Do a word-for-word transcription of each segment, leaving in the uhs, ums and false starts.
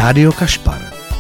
Rádio Kašpar.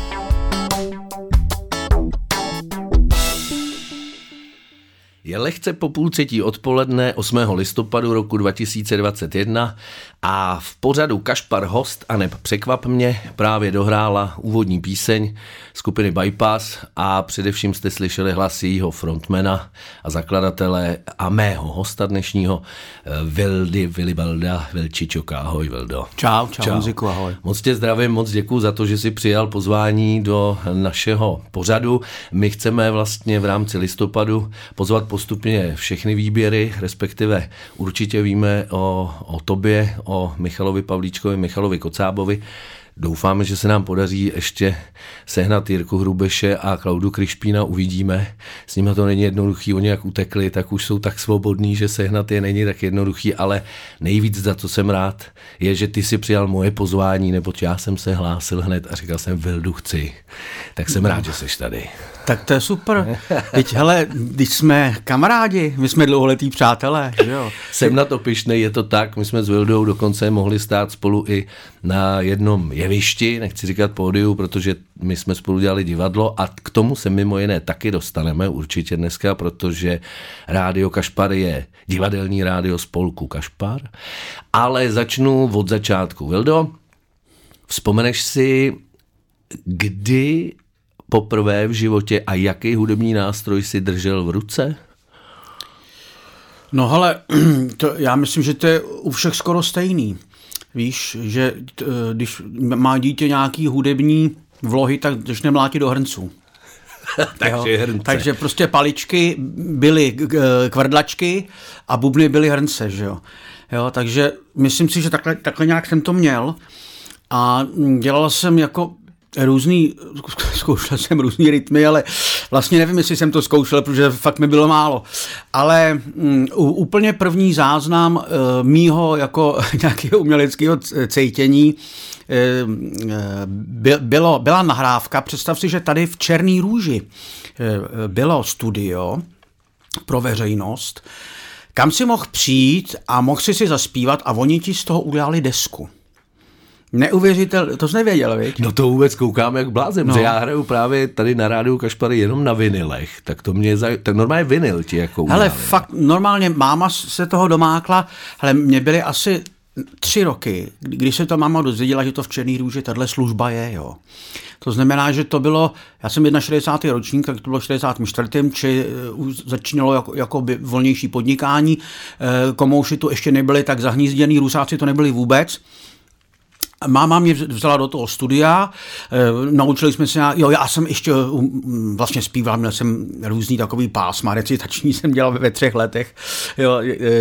Je lehce po půl třetí odpoledne osmého listopadu roku dva tisíce dvacet jedna a v pořadu Kašpar host aneb překvap mě právě dohrála úvodní píseň skupiny Bypass a především jste slyšeli hlas jejího frontmana a zakladatele a mého hosta dnešního Vildy Vilibalda Vilčičoka. Ahoj, Vildo. Čau, čau, čau. Honziku, ahoj. Moc tě zdravím, moc děkuju za to, že jsi přijal pozvání do našeho pořadu. My chceme vlastně v rámci listopadu pozvat postupně všechny výběry, respektive určitě víme o, o tobě, o Michalovi Pavlíčkovi, Michalovi Kocábovi. Doufáme, že se nám podaří ještě sehnat Jirku Hrubeše a Klaudu Krišpína, uvidíme. S nimi to není jednoduchý, oni jak utekli, tak už jsou tak svobodní, že sehnat je není tak jednoduchý, ale nejvíc, za co jsem rád, je, že ty si přijal moje pozvání, neboť já jsem se hlásil hned a říkal jsem, Vildu, chci. Tak jsem rád, že seš tady. Tak to je super. Teď, hele, když jsme kamarádi, my jsme dlouholetí přátelé, že jo? Jsem na to pyšnej, je to tak, my jsme s Vildou dokonce mohli stát spolu i na jednom jevišti, nechci říkat pódiu, protože my jsme spolu dělali divadlo a k tomu se mimo jiné taky dostaneme určitě dneska, protože Rádio Kašpar je divadelní rádio spolku Kašpar, ale začnu od začátku. Vildo, vzpomeneš si, kdy poprvé v životě a jaký hudební nástroj si držel v ruce? No hele, to, já myslím, že to je u všech skoro stejný. Víš, že t, když má dítě nějaký hudební vlohy, tak začne mlátit do hrnců. Takže hrnce. Takže prostě paličky byly kvrdlačky a bubny byly hrnce, že jo. Jo, takže myslím si, že takhle, takhle nějak jsem to měl a dělal jsem jako různý, zkoušel jsem různý rytmy, ale vlastně nevím, jestli jsem to zkoušel, protože fakt mi bylo málo. Ale um, úplně první záznam uh, mýho jako nějakého uměleckého cejtění uh, by, bylo, byla nahrávka. Představ si, že tady v Černý růži uh, bylo studio pro veřejnost, kam si mohl přijít a mohl si si zaspívat a oni ti z toho udělali desku. Neuvěřitel, to jsi nevěděl, viď? No to vůbec koukám jak blázen, no. Že já hraju právě tady na Rádiu Kašpar jenom na vinilech, tak to mě zaj... tak normálně vinyl ti jako udělali. Hele, fakt, normálně máma se toho domákla, hele, mě byly asi tři roky, když se to máma dozvěděla, že to v Černý růži tahle služba je, jo. To znamená, že to bylo, já jsem šedesátý první ročník, tak to bylo šedesátým čtvrtým či už začínalo jako, jako by volnější podnikání, komouši tu ještě nebyli tak zahnízděný, rusáci to nebyli vůbec. Máma mě vzala do toho studia, naučili jsme se, jo, já jsem ještě vlastně zpíval, měl jsem různý takový pásma, recitační jsem dělal ve třech letech, jo,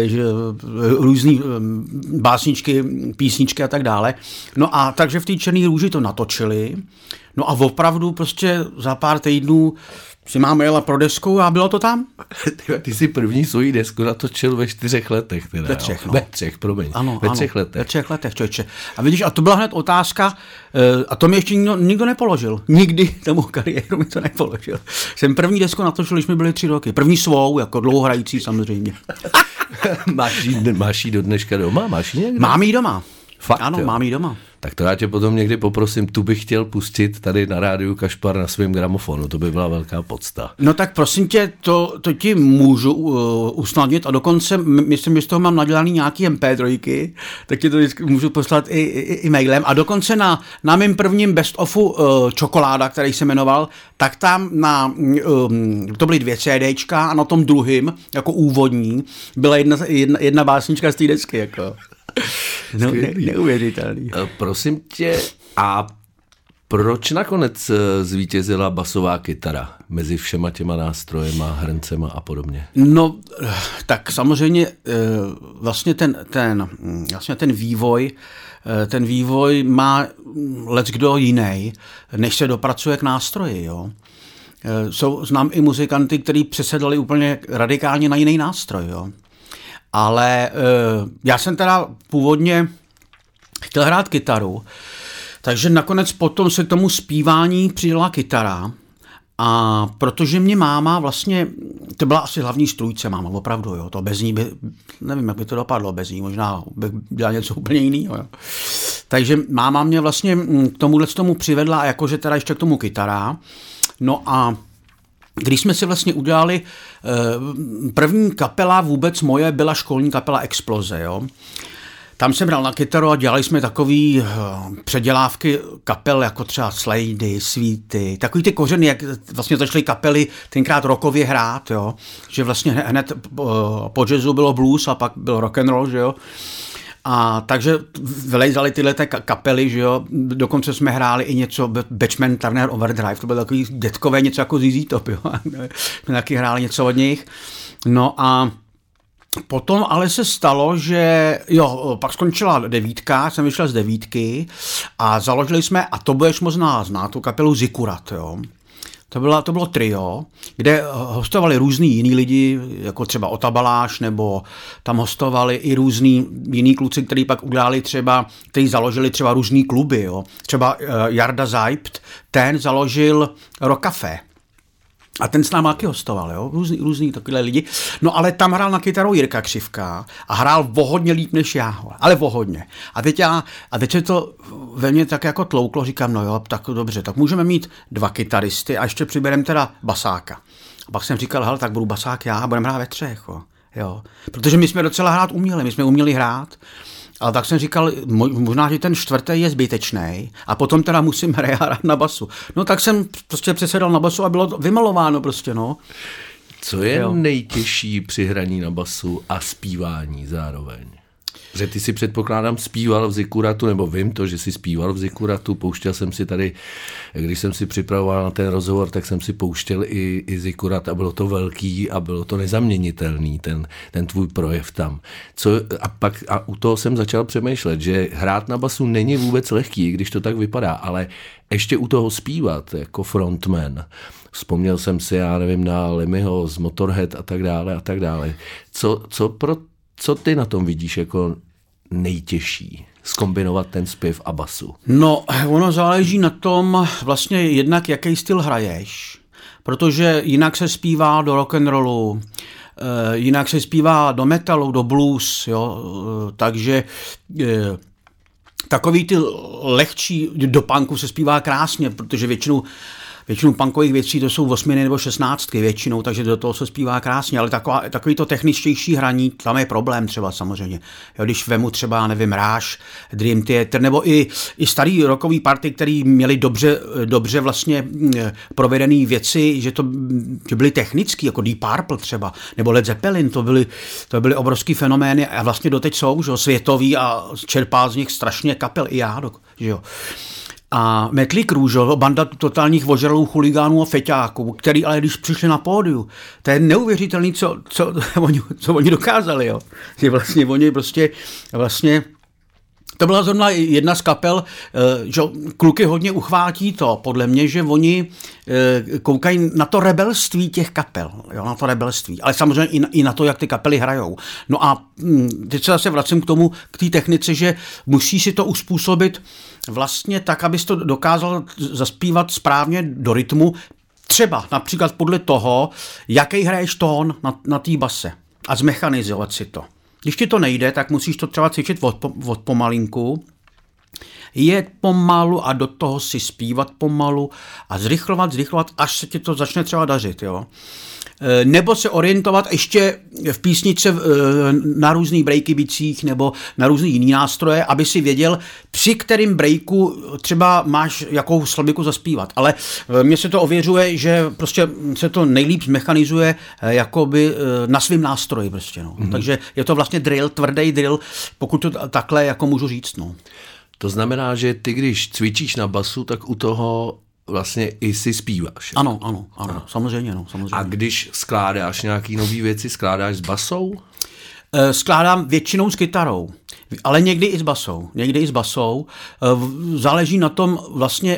různý básničky, písničky a tak dále. No a takže v té Černý růži to natočili, no a opravdu prostě za pár týdnů si máma jela pro desku a bylo to tam. Ty, ty jsi první svoji desku natočil ve čtyřech letech. Teda, ve třech, no. Ve třech, promiň. Ano, ve ano, třech letech. Ve třech letech, člověče. A vidíš, a to byla hned otázka, a to mi ještě nikdo, nikdo nepoložil. Nikdy tomu kariéru mi to nepoložil. Jsem první desku natočil, když mi byly tři roky. První svou, jako dlouhohrající samozřejmě. máš, jí, máš jí do dneška doma? Máš jí někde? Mám jí doma. Fakt, ano, jo. mám jí doma. Tak to já tě potom někdy poprosím, tu bych chtěl pustit tady na Rádiu Kašpar na svém gramofonu, to by byla velká podsta. No tak prosím tě, to, to ti můžu uh, usnadnit a dokonce, myslím, že z toho mám nadělaný nějaký em pé tři, tak ti to můžu poslat i, i, i mailem a dokonce na, na mém prvním best ofu uh, Čokoláda, který se jmenoval, tak tam na, um, to byly dvě CDčka a na tom druhým, jako úvodní, byla jedna, jedna, jedna básnička z té desky, jako. No, ne, neuvěřitelný. Prosím tě, a proč nakonec zvítězila basová kytara mezi všema těma nástrojema, hrncema a podobně? No, tak samozřejmě vlastně ten, ten, vlastně ten vývoj, ten vývoj má leckdo jiný, než se dopracuje k nástroji, jo. Jsou, znám i muzikanty, kteří přesedlali úplně radikálně na jiný nástroj, jo. Ale uh, já jsem teda původně chtěl hrát kytaru, takže nakonec potom se k tomu zpívání přidala kytara a protože mě máma vlastně, to byla asi hlavní strůjce máma, opravdu, jo, to bez ní by, nevím, jak by to dopadlo bez ní, možná bych dělal něco úplně jiného, jo. takže máma mě vlastně k tomuhle tomu přivedla, jakože teda ještě k tomu kytara. No a když jsme si vlastně udělali, první kapela vůbec moje byla školní kapela Exploze, jo. Tam jsem hrál na kytaru a dělali jsme takový předělávky kapel, jako třeba Slady, Sweety, takový ty kořeny, jak vlastně začaly kapely tenkrát rockově hrát, jo. Že vlastně hned po jazzu bylo blues a pak byl rock and roll, že jo. A takže vylejzali tyhle kapely, že jo, dokonce jsme hráli i něco Batchman Turner Overdrive, to bylo takový dětkové, něco jako Z Z Top, jo, jsme taky hráli něco od nich. No a potom ale se stalo, že jo, pak skončila devítka, jsem vyšel z devítky a založili jsme, a to budeš možná znát, tu kapelu Zikurat, jo. To bylo, to bylo trio, kde hostovali různý jiný lidi, jako třeba Otabaláš, nebo tam hostovali i různý jiný kluci, kteří pak udělali třeba, kteří založili třeba různý kluby, jo. Třeba Jarda Zajpt, ten založil Rock Café. A ten s námi taky hostoval, jo? Různý, různý takovýhle lidi. No ale tam hrál na kytaru Jirka Křivka a hrál o hodně líp než já, ale o hodně. A teď, já, a teď se to ve mně tak jako tlouklo, říkám, no jo, tak dobře, tak můžeme mít dva kytaristy a ještě přibereme teda basáka. A pak jsem říkal, hele, tak budu basák já a budeme hrát ve třech, jo. jo. Protože my jsme docela hrát uměli, my jsme uměli hrát. Ale tak jsem říkal, možná, že ten čtvrtý je zbytečný a potom teda musím hrát na basu. No tak jsem prostě přesedal na basu a bylo to vymalováno prostě, no. Co je jo. nejtěžší při hraní na basu a zpívání zároveň? Že ty si předpokládám zpíval v Zikuratu, nebo vím to, že jsi zpíval v Zikuratu, pouštěl jsem si tady, když jsem si připravoval na ten rozhovor, tak jsem si pouštěl i, i Zikurat a bylo to velký a bylo to nezaměnitelný, ten, ten tvůj projev tam. Co, a pak a u toho jsem začal přemýšlet, že hrát na basu není vůbec lehký, když to tak vypadá, ale ještě u toho zpívat jako frontman. Vzpomněl jsem si, já nevím, na Lemmyho z Motorhead a tak dále a tak dále. Co, co pro Co ty na tom vidíš jako nejtěžší? Zkombinovat ten zpěv a basu? No, ono záleží na tom vlastně jednak, jaký styl hraješ, protože jinak se zpívá do rock'n'rollu, jinak se zpívá do metalu, do blues, jo, takže takový ty lehčí, do punku se zpívá krásně, protože většinou Většinou punkových věcí to jsou osminy nebo šestnáctky většinou, takže do toho se zpívá krásně, ale taková, takový to techničtější hraní, tam je problém třeba samozřejmě. Jo, když vemu třeba, nevím, Rush, Dream Theater, nebo i, i starý rockový party, který měli dobře, dobře vlastně provedený věci, že to že byly technický, jako Deep Purple třeba, nebo Led Zeppelin, to byly, to byly obrovský fenomény a vlastně doteď jsou, že jo, světový a čerpá z nich strašně kapel i já, že jo. A Mötley Crüe, že, banda totálních ožralů, chuligánů a feťáků, který ale když přišli na pódiu, to je neuvěřitelný, co, co, oni, co oni dokázali, jo. Že vlastně oni prostě vlastně to byla zrovna jedna z kapel, že kluky hodně uchvátí to, podle mě, že oni koukají na to rebelství těch kapel, jo, na to rebelství, ale samozřejmě i na, i na to, jak ty kapely hrajou. No a teď se zase vracím k tomu, k té technice, že musí si to uspůsobit vlastně tak, abys to dokázal zaspívat správně do rytmu, třeba například podle toho, jaký hraješ tón na, na té base a zmechanizovat si to. Když ti to nejde, tak musíš to třeba cvičit od, od pomalinku, jet pomalu a do toho si zpívat pomalu a zrychlovat, zrychlovat, až se ti to začne třeba dařit, jo. Nebo se orientovat ještě v písničce na různých breakybicích nebo na různý jiný nástroje, aby si věděl, při kterým breaku třeba máš jakou slabiku zaspívat. Ale mně se to ověřuje, že prostě se to nejlíp zmechanizuje jakoby na svým nástroji prostě, no. Mm-hmm. Takže je to vlastně drill, tvrdý drill, pokud to takhle jako můžu říct, no. To znamená, že ty, když cvičíš na basu, tak u toho vlastně i si zpíváš. Ano, ano, ano, ano. Samozřejmě, no, samozřejmě. A když skládáš nějaký nový věci, skládáš s basou? Skládám většinou s kytarou, ale někdy i s basou. Někdy i s basou. Záleží na tom vlastně,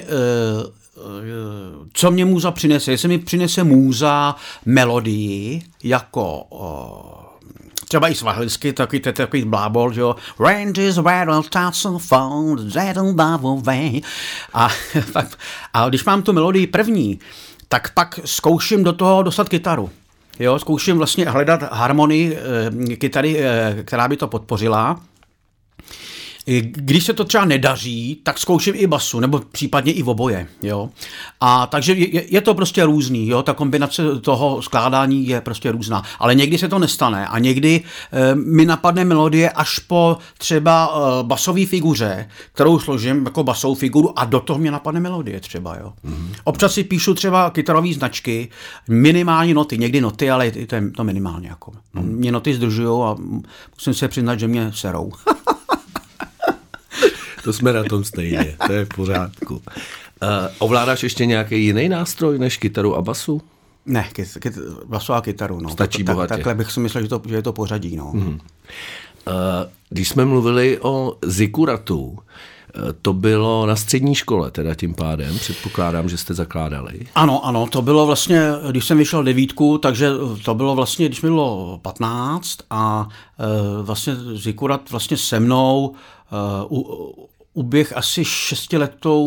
co mě můza přinese. Jestli mi přinese můza melodii, jako třeba i svahilsky, takový, takový blábol, že jo. Ranges, rattle, tassel, fold, rattle, bubble, way. A, a když mám tu melodii první, tak pak zkouším do toho dostat kytaru. Jo, zkouším vlastně hledat harmonii e, kytary, e, která by to podpořila. Když se to třeba nedaří, tak zkouším i basu, nebo případně i oboje, jo. A takže je, je to prostě různý, jo, ta kombinace toho skládání je prostě různá. Ale někdy se to nestane a někdy e, mi napadne melodie až po třeba e, basové figuře, kterou složím jako basovou figuru a do toho mě napadne melodie třeba, jo. Mm-hmm. Občas si píšu třeba kytarové značky, minimální noty, někdy noty, ale to je to minimálně, jako. Mm-hmm. Mě noty zdržujou a musím se přiznat, že mě serou. To jsme na tom stejně, to je v pořádku. Uh, ovládáš ještě nějaký jiný nástroj než kytaru a basu? Ne, kyt, kyt, basu a kytaru. No. Stačí tak, bohatě. Takhle bych si myslel, že, to, že je to pořadí. No. Mm. Uh, když jsme mluvili o zikuratu, to bylo na střední škole, teda tím pádem, předpokládám, že jste zakládali. Ano, ano, to bylo vlastně, když jsem vyšel devítku, takže to bylo vlastně, když mi bylo patnáct a e, vlastně zikurat vlastně se mnou e, u, uběh asi šestiletou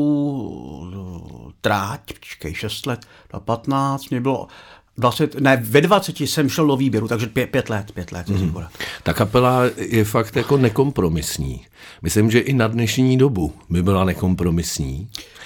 tráť, počkej, šest let, do patnáct, mě bylo dvacet, ne, ve dvaceti jsem šel do výběru, takže pě, pět let, pět let. Mm. Ta kapela je fakt jako nekompromisní. Myslím, že i na dnešní dobu by byla nekompromisní.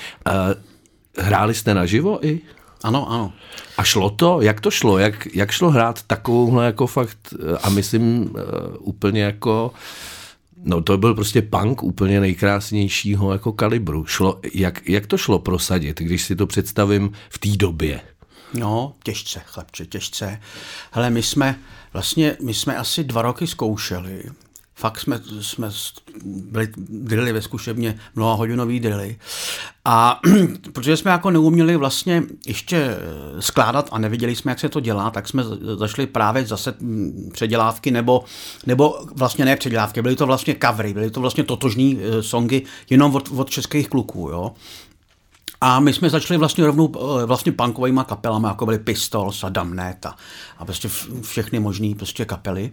Hráli jste naživo i? Ano, ano. A šlo to? Jak to šlo? Jak, jak šlo hrát takovouhle jako fakt, a myslím úplně jako, no to byl prostě punk úplně nejkrásnějšího jako kalibru. Šlo, jak, jak to šlo prosadit, když si to představím v té době? No, těžce, chlapče, těžce. Hele, my jsme vlastně, my jsme asi dva roky zkoušeli. Fakt jsme, jsme byli drily ve zkušebně, mnohahodinový drily. A protože jsme jako neuměli vlastně ještě skládat a neviděli jsme, jak se to dělá, tak jsme zašli právě zase předělávky, nebo, nebo vlastně ne předělávky, byly to vlastně covery, byly to vlastně totožní songy jenom od, od českých kluků, jo. A my jsme začali vlastně rovnou vlastně punkovýma kapelama, jako byly Pistols a Damned a, a prostě všechny možný prostě kapely.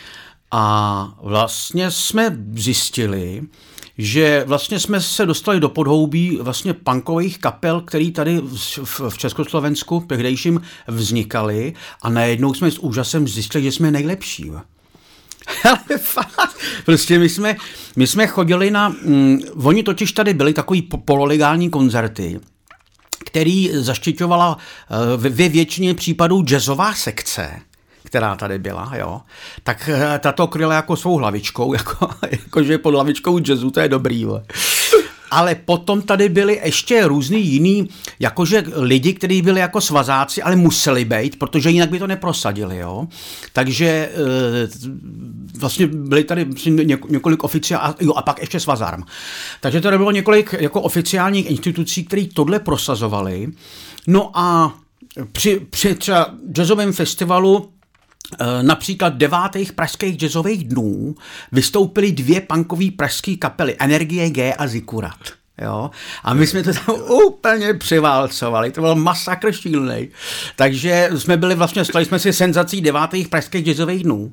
A vlastně jsme zjistili, že vlastně jsme se dostali do podhoubí vlastně punkových kapel, který tady v, v Československu tehdejším vznikaly a najednou jsme s úžasem zjistili, že jsme nejlepší. Ale fakt, prostě my jsme, my jsme chodili na, mm, oni totiž tady byli takový pololegální koncerty, který zaštiťovala uh, ve většině případů jazzová sekce, která tady byla, jo, tak uh, tato kryla jako svou hlavičkou, jako, jakože pod hlavičkou jazzu, to je dobrý, jo. Ale potom tady byli ještě různý jiný, jakože lidi, kteří byli jako svazáci, ale museli být, protože jinak by to neprosadili, jo. Takže vlastně byli tady několik oficiálních, a pak ještě svazarm. Takže tady bylo několik jako oficiálních institucí, které tohle prosazovali. No a při, při třeba jazzovém festivalu například devátých pražských jazzových dnů vystoupily dvě punkové pražské kapely, Energie G a Zikurat. Jo? A my jsme to tam úplně přiválcovali, to byl masakr šílený. Takže jsme byli vlastně, stali jsme si senzací devátých pražských jazzových dnů.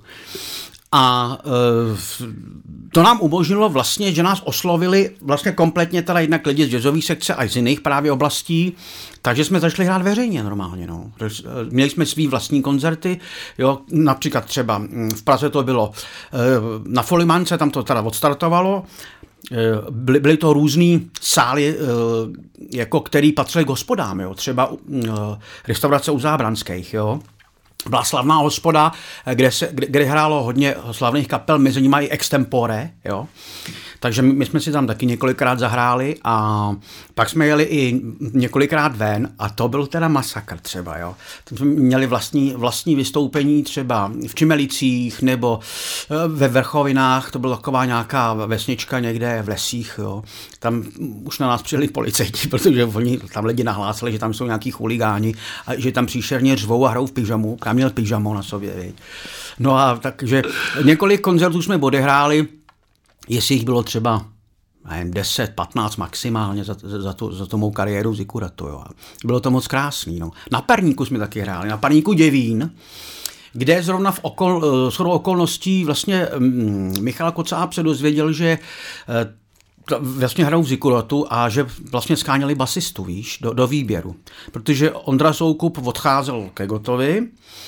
A e, to nám umožnilo vlastně, že nás oslovili vlastně kompletně teda jednak lidi z jazzové sekce a z jiných právě oblastí, takže jsme začali hrát veřejně normálně. No. Měli jsme svý vlastní koncerty, jo, například třeba v Praze to bylo e, na Folimance, tam to teda odstartovalo, e, byly, byly to různý sály, e, jako který patřily k hospodám, jo, třeba e, restaurace u Zábranských, jo. Byla slavná hospoda, kde, se, kde, kde hrálo hodně slavných kapel, mezi nimi i Extempore, jo. Takže my jsme si tam taky několikrát zahráli a pak jsme jeli i několikrát ven a to byl teda masakr třeba, jo. Tam jsme měli vlastní, vlastní vystoupení třeba v Čimelicích nebo ve Vrchovinách, to byla taková nějaká vesnička někde v lesích, jo. Tam už na nás přijeli policajti, protože oni tam lidi nahlásili, že tam jsou nějaký chuligáni a že tam příšerně řvou a hrajou v pyžamu. Já měl pyžamo na sobě, viď. No a takže několik koncertů jsme odehráli, jestli jich bylo třeba nevím, deset, patnáct maximálně za, za, tu, za tu mou kariéru Zikuratu. Jo. Bylo to moc krásný. No. Na Parníku jsme taky hráli, na Parníku Děvín, kde zrovna v okol, shodou okolností vlastně Michal Kocáb se dozvěděl, že vlastně hrajou v Zikuratu a že vlastně skáněli basistu, víš, do, do výběru. Protože Ondra Soukup odcházel ke Gotovi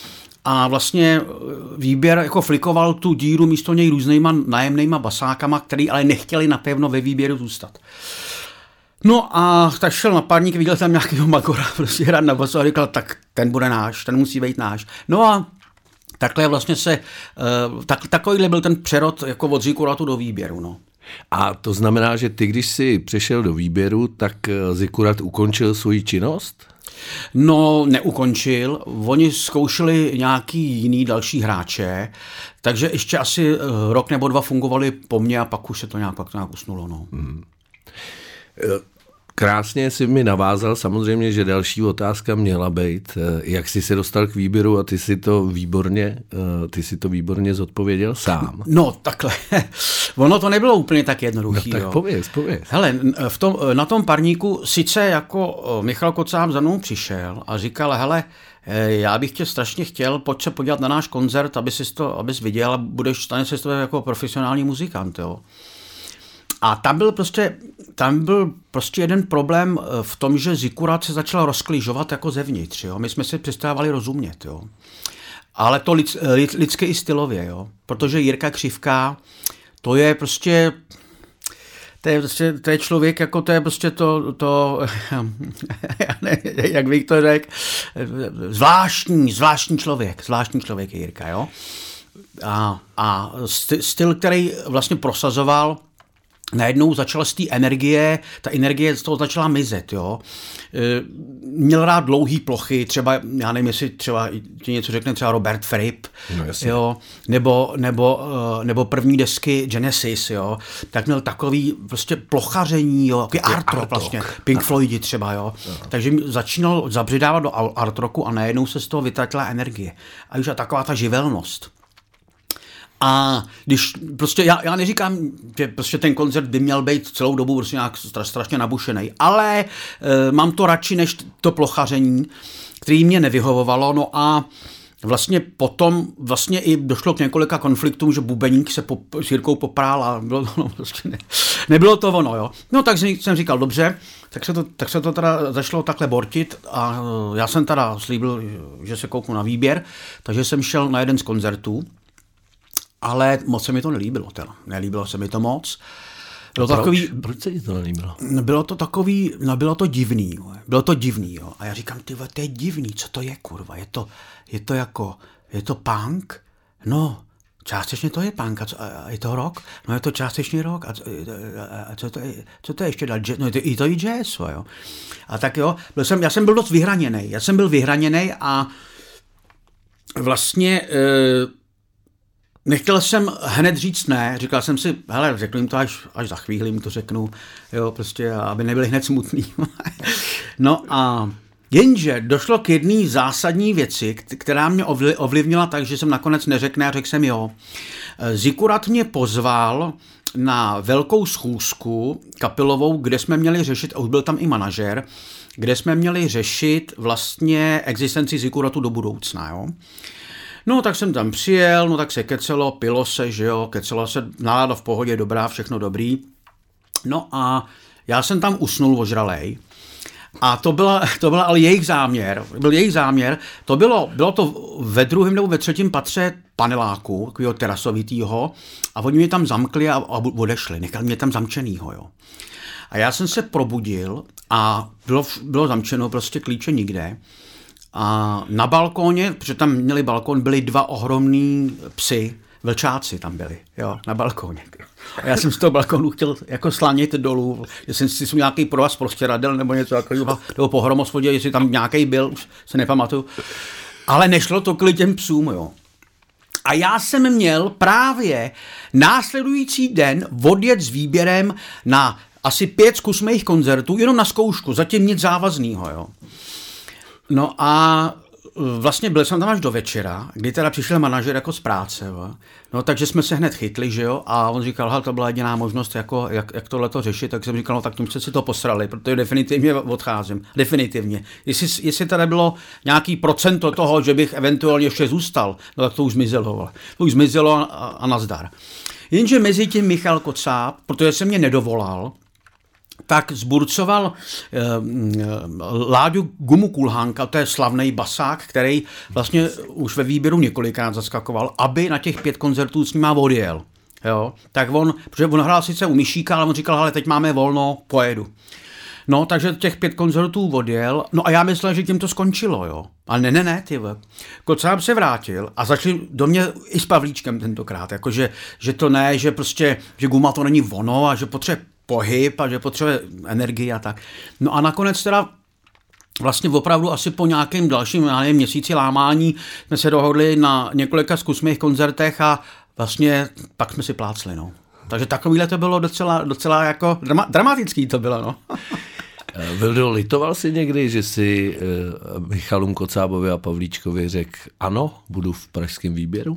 a vlastně výběr jako flikoval tu díru místo něj různýma nájemnýma basákama, který ale nechtěli napevno ve výběru zůstat. No a tak šel napárník, viděl tam nějakýho magora, prostě hrát na basu a říkal, tak ten bude náš, ten musí být náš. No a takhle vlastně se, tak, takovýhle byl ten přerod jako od Zikuratu do výběru, no. A to znamená, že ty, když jsi přešel do výběru, tak Zikurat ukončil svoji činnost? No, neukončil. Oni zkoušeli nějaký jiný další hráče, takže ještě asi rok nebo dva fungovali po mně a pak už se to nějak, pak to nějak usnulo, no. Hmm. Krásně jsi mi navázal, samozřejmě, že další otázka měla být, jak jsi se dostal k výběru a ty si to výborně, ty si to výborně zodpověděl sám. No, takhle. Ono to nebylo úplně tak jednoduchý. No, tak pověz, pověz. Hele, v tom, na tom parníku sice jako Michal Kocáb za mnou přišel a říkal, hele, já bych tě strašně chtěl, pojď se podívat na náš koncert, aby jsi to, abys viděl a budeš, stane se z toho jako profesionální muzikant, jo. A tam byl prostě, tam byl prostě jeden problém v tom, že Zikurat se začal rozklížovat jako zevnitř, jo. My jsme si přestávali rozumět, jo. Ale to lid, lid, lidské i stylově, jo. Protože Jirka Křivka, to je prostě, to je, prostě, to je člověk, jako to je prostě to, to ne, jak bych to řekl, zvláštní, zvláštní člověk, zvláštní člověk je Jirka, jo. A, a styl, který vlastně prosazoval, najednou začala z té energie, ta energie z toho začala mizet, jo. Měl rád dlouhý plochy, třeba, já nevím, jestli třeba ti něco řekne třeba Robert Fripp, no, jo, nebo, nebo, nebo první desky Genesis, jo, tak měl takový prostě plochaření, jo, takový art rock vlastně, Pink Floydi třeba, jo. No. Takže začínal zabředávat do art rocku a najednou se z toho vytratila energie. A už je taková ta živelnost. A když prostě, já, já neříkám, že prostě ten koncert by měl být celou dobu prostě nějak strašně nabušený, ale e, mám to radši než to plochaření, který mě nevyhovovalo, no a vlastně potom vlastně i došlo k několika konfliktům, že bubeník se po, s Jirkou poprál a bylo to, no, prostě ne, nebylo to ono, jo. No tak jsem říkal, dobře, tak se to, tak se to teda začalo takhle bortit a já jsem teda slíbil, že se kouknu na výběr, takže jsem šel na jeden z koncertů. Ale moc se mi to nelíbilo, teda. Nelíbilo se mi to moc. Bylo proč? Takový, proč se ti to nelíbilo? Bylo to takový, no bylo to divný, jo. Bylo to divný, jo. A já říkám, ty to je divný, co to je, kurva? Je to, je to jako, je to punk? No, částečně to je punk. A, co, a je to rock? No je to částečně rock. A, a, a co, to je, co to je ještě dál? No je to, i to i jazz, jo. A tak jo, byl jsem, já jsem byl dost vyhraněnej. Já jsem byl vyhraněnej a vlastně... E, Nechtěl jsem hned říct ne, říkal jsem si, hele, řeknu jim to až, až za chvíli, jim to řeknu, jo, prostě, aby nebyli hned smutný. No a jenže došlo k jedné zásadní věci, která mě ovlivnila tak, že jsem nakonec neřekl a řekl jsem jo. Zikurat mě pozval na velkou schůzku kapilovou, kde jsme měli řešit, a už byl tam i manažer, kde jsme měli řešit vlastně existenci Zikuratu do budoucna, jo. No, tak jsem tam přijel, no tak se kecelo, pilo se, že jo, kecelo se, nálada v pohodě, dobrá, všechno dobrý. No a já jsem tam usnul ožralej a to byla, to byla ale jejich záměr, byl jejich záměr, to bylo, bylo to ve druhém nebo ve třetím patře paneláku, takového terasovitýho a oni mě tam zamkli a, a odešli, nechali mě tam zamčenýho, jo. A já jsem se probudil a bylo, bylo zamčeno, prostě klíče nikde. A na balkóně, protože tam měli balkón, byli dva ohromný psy, vlčáci tam byli, jo, na balkóně. A já jsem z toho balkónu chtěl jako slanit dolů, jestli si nějaký provaz prostě radil nebo něco takového, nebo po hromosvodě, jestli tam nějaký byl, už se nepamatuju. Ale nešlo to kvůli těm psům, jo. A já jsem měl právě následující den odjet s výběrem na asi pět zkus mých koncertů, jenom na zkoušku, zatím nic závaznýho, jo. No a vlastně byl jsem tam až do večera, kdy teda přišel manažer jako z práce, jo. No takže jsme se hned chytli, že jo, a on říkal, hele, to byla jediná možnost, jako, jak, jak tohleto řešit, tak jsem říkal, no tak tím jste si to posrali, protože definitivně odcházím, definitivně. Jestli, jestli tady bylo nějaký procento toho, že bych eventuálně ještě zůstal, no tak to už zmizelo, to už zmizelo a, a nazdar. Jenže mezi tím Michal Kocáb, protože se mě nedovolal, tak zburcoval eh, Láďu Gumu Kulhánka, to je slavný basák, který vlastně už ve výběru několikrát zaskakoval, aby na těch pět koncertů s nima odjel. Jo? Tak on, protože on hrál sice u Myšíka, ale on říkal, hele, teď máme volno, pojedu. No, takže těch pět koncertů odjel, no a já myslel, že tím to skončilo, jo. Ale ne, ne, ne, ty vole. Kocáb se vrátil a začali do mě i s Pavlíčkem tentokrát, jakože, že to ne, že prostě, že Guma to není ono a že potřebuje pohyb a že potřebuje energii a tak. No a nakonec teda vlastně opravdu asi po nějakém dalším, já nevím, měsíci lámání jsme se dohodli na několika zkusných koncertech a vlastně pak jsme si plácli, no. Takže takovýhle to bylo docela, docela jako drama, dramatický to bylo, no. Vildo, litoval jsi někdy, že si uh, Michalům Kocábovi a Pavlíčkovi řekl ano, budu v pražském výběru?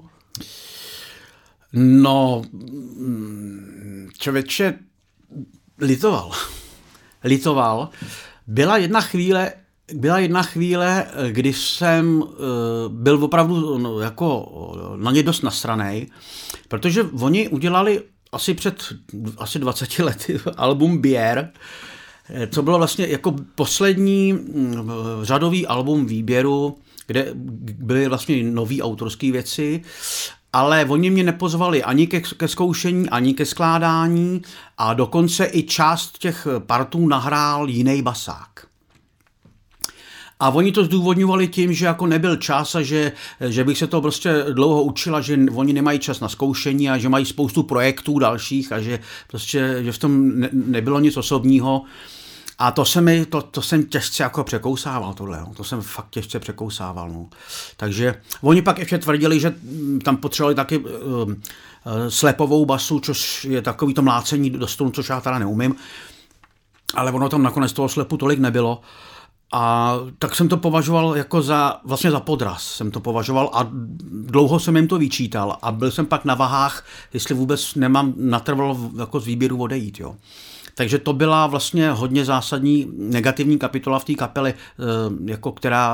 No, člověče, litoval. Litoval. Byla jedna chvíle, byla jedna chvíle, kdy jsem uh, byl opravdu no, jako na ně dost nasranej, protože oni udělali asi před asi dvaceti lety album Bier, co bylo vlastně jako poslední řadový album výběru, kde byly vlastně nový autorské věci, ale oni mě nepozvali ani ke, ke zkoušení, ani ke skládání a dokonce i část těch partů nahrál jiný basák. A oni to zdůvodňovali tím, že jako nebyl čas a že, že bych se to prostě dlouho učila, že oni nemají čas na zkoušení a že mají spoustu projektů dalších a že prostě že v tom ne, nebylo nic osobního. A to se mi, to, to jsem těžce jako překousával tohle, no. To jsem fakt těžce překousával, no. Takže oni pak ještě tvrdili, že tam potřebovali taky uh, uh, slepovou basu, což je takový to mlácení do stolu, což já teda neumím. Ale ono tam nakonec toho slepu tolik nebylo. A tak jsem to považoval jako za, vlastně za podraz jsem to považoval a dlouho jsem jim to vyčítal a byl jsem pak na vahách, jestli vůbec nemám natrvalo jako z výběru odejít, jo. Takže to byla vlastně hodně zásadní negativní kapitola v té kapele, jako která,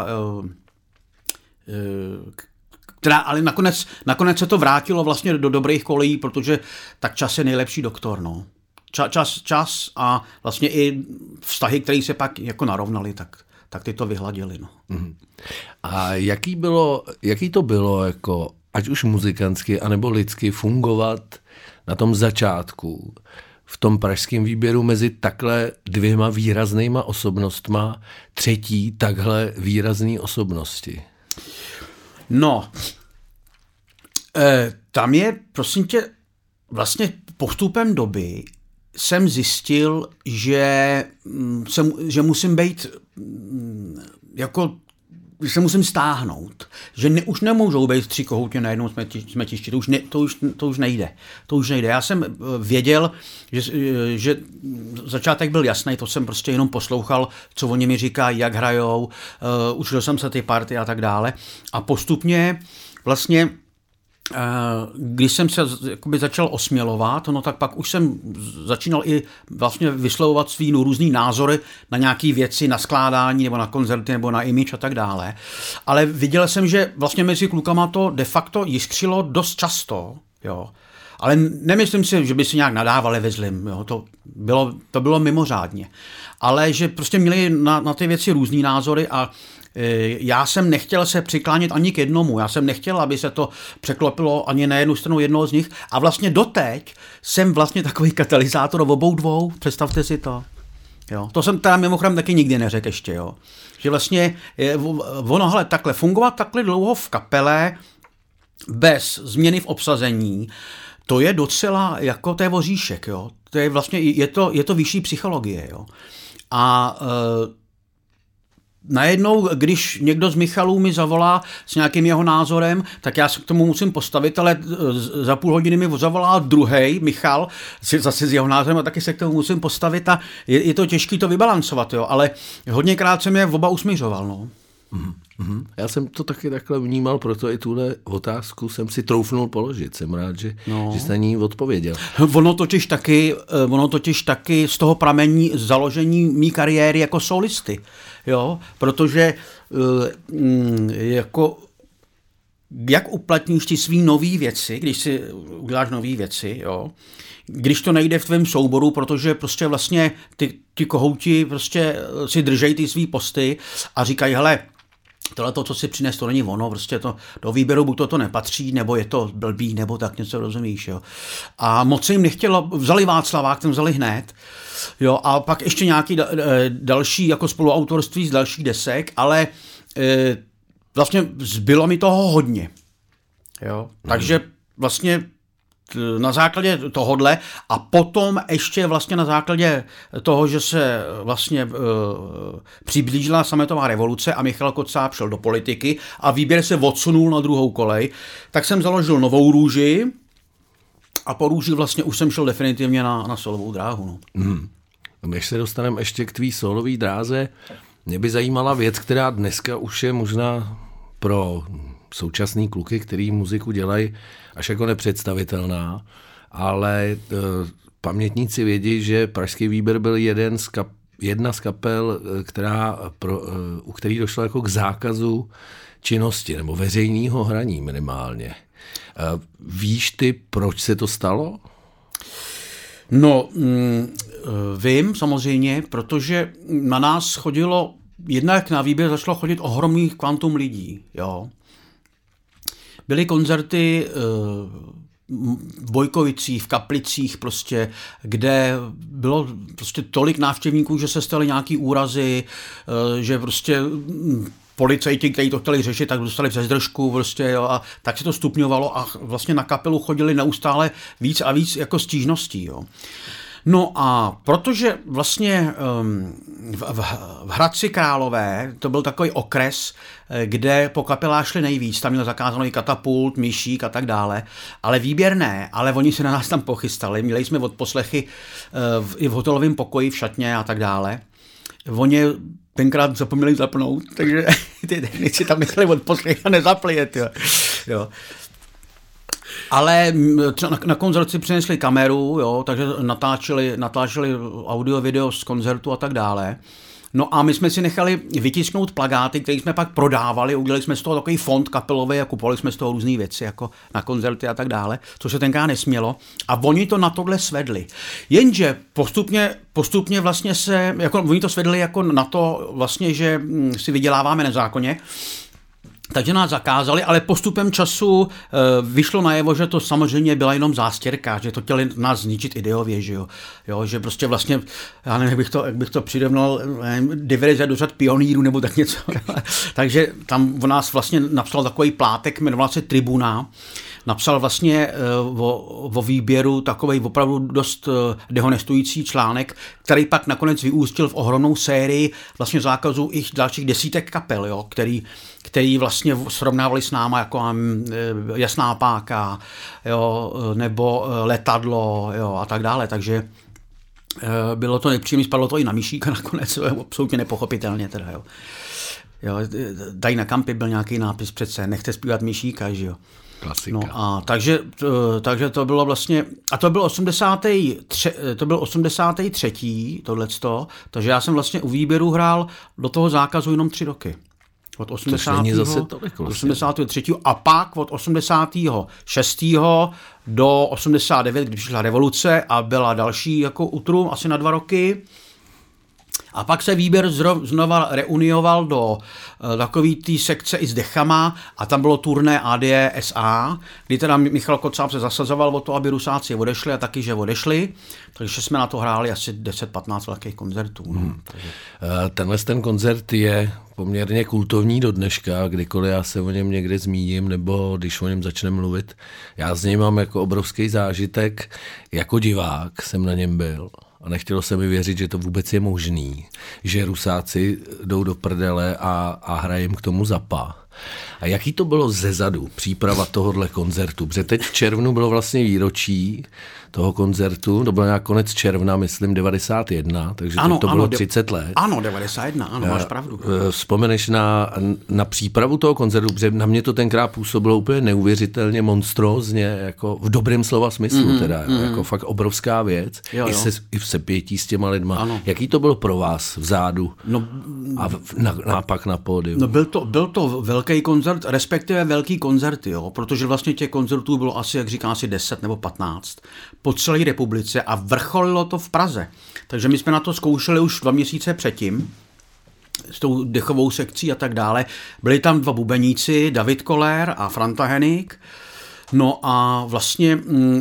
která ale nakonec, nakonec se to vrátilo vlastně do dobrých kolejí, protože tak čas je nejlepší doktor, no. Čas, čas, čas a vlastně i vztahy, které se pak jako narovnaly, tak, tak ty to vyhladily, no. A jaký bylo, jaký to bylo jako, ať už muzikantsky, anebo lidsky fungovat na tom začátku, v tom pražském výběru mezi takhle dvěma výraznýma osobnostma, třetí takhle výrazný osobnosti? No, eh, tam je, prosím tě, vlastně postupem doby jsem zjistil, že, jsem, že musím být jako že se musím stáhnout, že ne, už nemůžou být tři kohouti na jednou smetišti, to už, ne, to, už, to už nejde. To už nejde. Já jsem věděl, že, že začátek byl jasný, to jsem prostě jenom poslouchal, co oni mi říkají, jak hrajou, uh, učil jsem se ty party a tak dále. A postupně vlastně když jsem se jakoby začal osmělovat, no tak pak už jsem začínal i vlastně vyslovovat svý různý názory na nějaké věci, na skládání nebo na koncerty nebo na image a tak dále. Ale viděl jsem, že vlastně mezi klukama to de facto jiskřilo dost často, jo. Ale nemyslím si, že by si nějak nadávali ve zlým, jo. To bylo, to bylo mimořádně. Ale že prostě měli na, na ty věci různý názory a já jsem nechtěl se přiklánět ani k jednomu, já jsem nechtěl, aby se to překlopilo ani na jednu stranu jednoho z nich a vlastně doteď jsem vlastně takový katalyzátor obou dvou, představte si to. Jo. To jsem teda mimochodem taky nikdy neřekl ještě, jo. Že vlastně je, ono, hele, takhle fungovat takhle dlouho v kapele bez změny v obsazení, to je docela jako to je voříšek, jo. To je vlastně, je to, je to vyšší psychologie, jo. A e, najednou, když někdo z Michalů mi zavolá s nějakým jeho názorem, tak já se k tomu musím postavit, ale za půl hodiny mi zavolá druhej Michal, zase s jeho názorem a taky se k tomu musím postavit a je, je to těžké to vybalancovat, jo, ale hodněkrát jsem je oba usmiřoval, no. Mm-hmm. Já jsem to taky takhle vnímal, proto i tuhle otázku jsem si troufnul položit. Jsem rád, že, no. že jsi na ní odpověděl. Ono totiž taky, ono totiž taky z toho pramení založení mý kariéry jako solisty. Jo? Protože jako jak uplatníš ty svý nový věci, když si uděláš nový věci, jo, když to nejde v tvém souboru, protože prostě vlastně ty, ty kohouti prostě si držejí ty svý posty a říkají, hele, tohle to, co si přines, to není ono, prostě to do výběru buď to, to nepatří, nebo je to blbý, nebo tak něco, rozumíš, jo. A moc se jim nechtělo, vzali Václavák, ten vzali hned, jo, a pak ještě nějaký da, další jako spoluautorství z dalších desek, ale e, vlastně zbylo mi toho hodně, jo. Mm. Takže vlastně na základě tohodle a potom ještě vlastně na základě toho, že se vlastně e, přiblížila sametová revoluce a Michal Kocáb šel do politiky a výběr se odsunul na druhou kolej, tak jsem založil Novou Růži a po Růži vlastně už jsem šel definitivně na, na solovou dráhu. No. Hmm. Než se dostaneme ještě k tvý solový dráze, mě by zajímala věc, která dneska už je možná pro současný kluky, který muziku dělají, až jako nepředstavitelná, ale e, pamětníci vědí, že Pražský výběr byl jeden z kap, jedna z kapel, která, pro, e, u který došlo jako k zákazu činnosti nebo veřejného hraní minimálně. E, víš ty, proč se to stalo? No, mm, vím samozřejmě, protože na nás chodilo, jednak na výběr začalo chodit ohromný kvantum lidí, jo. Byly koncerty v Bojkovicích, v Kaplicích prostě, kde bylo prostě tolik návštěvníků, že se staly nějaký úrazy, že prostě policajti, kteří to chtěli řešit, tak dostali přes držku prostě, jo, a tak se to stupňovalo a vlastně na kapelu chodili neustále víc a víc jako stížností, jo. No a protože vlastně um, v, v, v Hradci Králové to byl takový okres, kde po kapelách šli nejvíc, tam měl zakázaný i Katapult, Myšík a tak dále, ale výběr ne, ale oni se na nás tam pochystali, měli jsme odposlechy uh, v, i v hotelovém pokoji, v šatně a tak dále. Oni tenkrát zapomněli zapnout, takže ty technici tam nechali odposlechy a nezapli je, jo. jo. Ale na, na koncert si přinesli kameru, jo, takže natáčeli, natáčeli audio, video z koncertu a tak dále. No a my jsme si nechali vytisknout plakáty, které jsme pak prodávali, udělali jsme z toho takový fond kapelový a kupovali jsme z toho různé věci, jako na koncerty a tak dále, což se tenkrát nesmělo. A oni to na tohle svedli. Jenže postupně, postupně vlastně se, jako oni to svedli jako na to vlastně, že si vyděláváme nezákonně, takže nás zakázali, ale postupem času e, vyšlo najevo, že to samozřejmě byla jenom zástěrka, že to chtěli nás zničit ideově, že jo, jo, že prostě vlastně, já nevím, jak bych to, jak bych to přirovnal, divize do řad pionýrů nebo tak něco. Takže tam o nás vlastně napsal takový plátek, jmenoval se Tribuna, napsal vlastně o, o výběru takovej opravdu dost dehonestující článek, který pak nakonec vyústil v ohromnou sérii vlastně zákazu i dalších desítek kapel, jo, který, který vlastně srovnávali s náma jako Jasná páka, jo, nebo Letadlo, jo, a tak dále, takže bylo to nepříjemné, spadlo to i na Myšíka nakonec, absolutně nepochopitelně teda, jo. Jo, tady na Kampy byl nějaký nápis přece, nechte zpívat Myšíka, že jo. Klasika. No a takže, takže to bylo vlastně, a to byl osmdesátý tři, to byl osmdesátý třetí tohleto, takže já jsem vlastně u výběru hrál do toho zákazu jenom tři roky. Od osmdesátého zase tolik, osmdesátého třetího a pak od osmdesátého šestého do osmdesátého devátého, když přišla revoluce a byla další jako útrum asi na dva roky. A pak se výběr znova reunioval do uh, takový té sekce i s dechama a tam bylo turné A D S A, kdy teda Michal Kocáb se zasazoval o to, aby Rusáci odešli a taky, že odešli, takže jsme na to hráli asi deset patnáct velkých koncertů. No. Hmm. Takže... Tenhle ten koncert je poměrně kultovní do dneška, kdykoliv já se o něm někde zmíním, nebo když o něm začneme mluvit. Já z něj mám jako obrovský zážitek, jako divák jsem na něm byl. A nechtělo se mi věřit, že to vůbec je možný, že Rusáci jdou do prdele a, a hrajem k tomu Zappa. A jaký to bylo zezadu, příprava tohohle koncertu? Protože teď v červnu bylo vlastně výročí toho koncertu, to bylo nějak konec června, myslím, devadesát jedna, takže ano, to, to bylo ano, třicet let. Ano, devadesát jedna, ano, máš pravdu. Vzpomeneš na, na přípravu toho koncertu, protože na mě to tenkrát působilo úplně neuvěřitelně monstrózně, jako v dobrém slova smyslu, mm, teda, mm. jako fakt obrovská věc, jo, jo. I, se, i v sepětí s těma lidma. Ano. Jaký to bylo pro vás vzadu no, a v, na, na, pak na pódiu? No byl to, byl to velký velký koncert, respektive velký koncerty, jo, protože vlastně těch koncertů bylo asi, jak říkám, asi deset nebo patnáct po celé republice a vrcholilo to v Praze. Takže my jsme na to zkoušeli už dva měsíce předtím, s tou dechovou sekcí a tak dále. Byli tam dva bubeníci, David Koller a Franta Hennig. No a vlastně mm,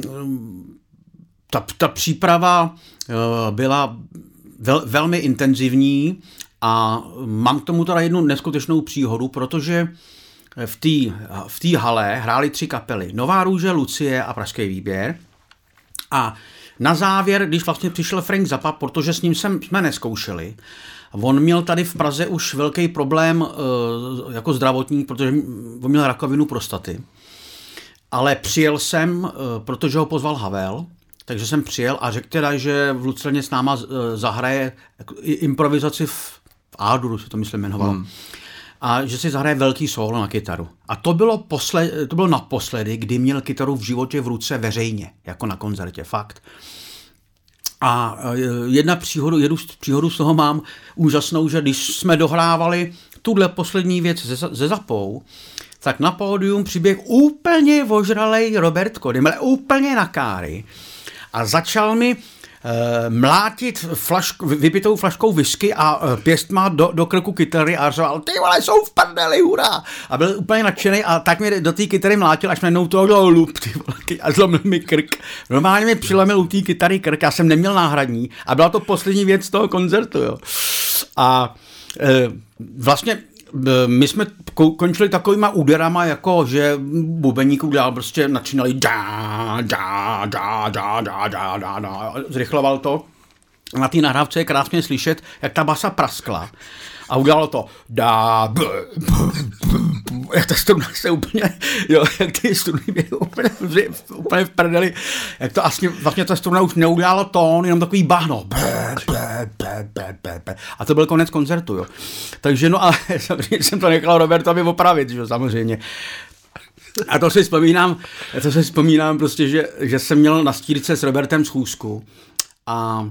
ta, ta příprava uh, byla vel, velmi intenzivní a mám k tomu teda jednu neskutečnou příhodu, protože v té v té hale hrály tři kapely. Nová růže, Lucie a Pražský výběr. A na závěr, když vlastně přišel Frank Zappa, protože s ním jsem, jsme neskoušeli, on měl tady v Praze už velký problém uh, jako zdravotní, protože on měl rakovinu prostaty. Ale přijel jsem, uh, protože ho pozval Havel, takže jsem přijel a řekl teda, že v Lucerně s náma uh, zahraje improvizaci v, v A-dur, se to myslím jmenovalo. Hmm. A že si zahraje velký solo na kytaru. A to bylo, posled, to bylo naposledy, kdy měl kytaru v životě v ruce veřejně, jako na koncertě, fakt. A jedna příhodu, jednu příhodu z toho mám úžasnou, že když jsme dohrávali tuhle poslední věc ze, ze Zappou, tak na pódium přiběh úplně ožralej Robert Kodym, ale úplně na káry. A začal mi e, mlátit flašk, vypitou flaškou whisky a e, pěstma do, do krku kytary a řval, ty vole, jsou v prdeli, hurá! A byl úplně nadšený a tak mi do té kytary mlátil, až najednou to udělal lup, ty vole, a zlomil mi krk. Normálně mi přilemil u té kytary krk, já jsem neměl náhradní a byla to poslední věc toho koncertu, jo. A e, vlastně my jsme končili takovýma úderama, jako že bubeník udělal, prostě načínali dá, dá, dá, dá, dá, dá, dá, dá, zrychloval to. Na té nahrávce je krásně slyšet, jak ta basa praskla. A udělalo to dá, b, b, b, jak ta struna se úplně, jo, jak ty struny byly úplně, úplně v prdeli, jak to asi, vlastně ta struna už neudělala tón, jenom takový bahno. B, b, b, b, b, b. A to byl konec koncertu, jo. Takže no, ale samozřejmě jsem to nechal Robertovi opravit, že samozřejmě. A to si vzpomínám, to si vzpomínám prostě, že, že jsem měl na stírce s Robertem schůzku a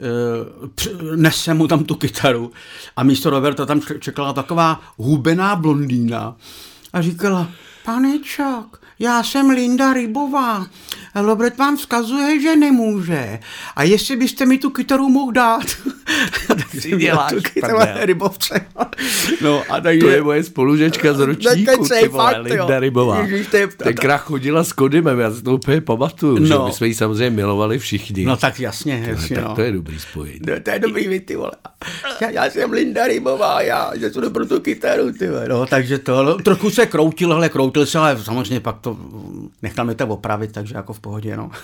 nese mu tam tu kytaru a místo Roberta tam čekala taková hubená blondýna a říkala, panečok, já jsem Linda Rybová. Robert vám vzkazuje, že nemůže. A jestli byste mi tu kytaru mohl dát. Tak si děláš, Rybovce. No, a takže, to je moje spolužečka z ročníku, ty vole, Linda Rybová. Tenkrát chodila s Kodymem, já si to úplně pamatuju, no. Že my jsme ji samozřejmě milovali všichni. No tak jasně. jasně tak no. To je dobrý spojení. No, to je dobrý, vy, ty vole. Já, já jsem Linda Rybová, já jsem pro tu kytaru, ty vole. No, takže to, no, trochu se kroutil, hele, kroutil se, ale samozřejmě pak to nechal mi to opravit, takže jako v pohodě, no.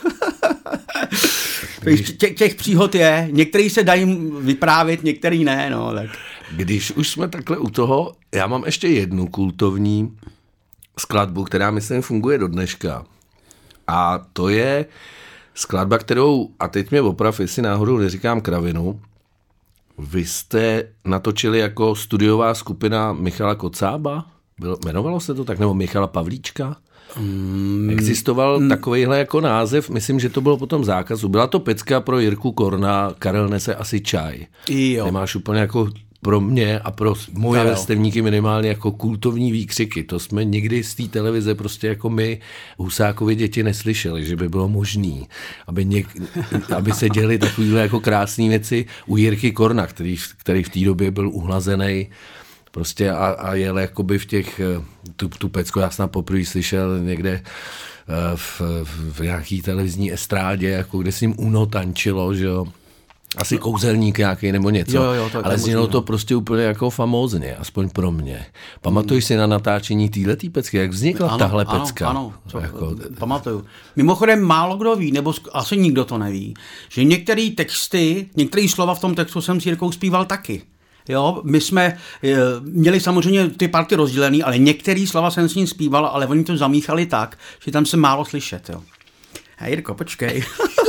těch, těch příhod je, některý se dají vyprávět, některý ne, no, tak. Když už jsme takhle u toho, já mám ještě jednu kultovní skladbu, která myslím funguje do dneška. A to je skladba, kterou, a teď mě oprav, jestli náhodou neříkám kravinu, vy jste natočili jako studiová skupina Michala Kocába? Bylo, jmenovalo se to tak, nebo Michala Pavlíčka? Mm, Existoval mm, takovejhle jako název, myslím, že to bylo potom zákazu. Byla to pecka pro Jirku Korna, Karel nese asi čaj. Jo. Nemáš úplně jako pro mě a pro moje vrstevníky minimálně jako kultovní výkřiky. To jsme nikdy z té televize prostě jako my Husákovi děti neslyšeli, že by bylo možný, aby, něk, aby se děly takovýhle jako krásné věci u Jirky Korna, který, který v té době byl uhlazený prostě a, a jel jakoby v těch, tu, tu pecku já jsem poprvé slyšel někde v, v nějaký televizní estrádě, jako kde s ním Uno tančilo, že jo. Asi kouzelník nějaký nebo něco, jo, jo, to ale znělo to prostě úplně jako famózně, aspoň pro mě. Pamatuješ hmm. si na natáčení téhletý pecky, jak vznikla ano, tahle ano, pecka? Ano, co, jako... pamatuju. Mimochodem málo kdo ví, nebo asi nikdo to neví, že některé texty, některé slova v tom textu jsem s Jirkou zpíval taky. Jo, my jsme e, měli samozřejmě ty party rozdělený, ale některé slova jsem s ním zpíval, ale oni to zamíchali tak, že tam se málo slyšet, jo. Hej, Jirko, počkej.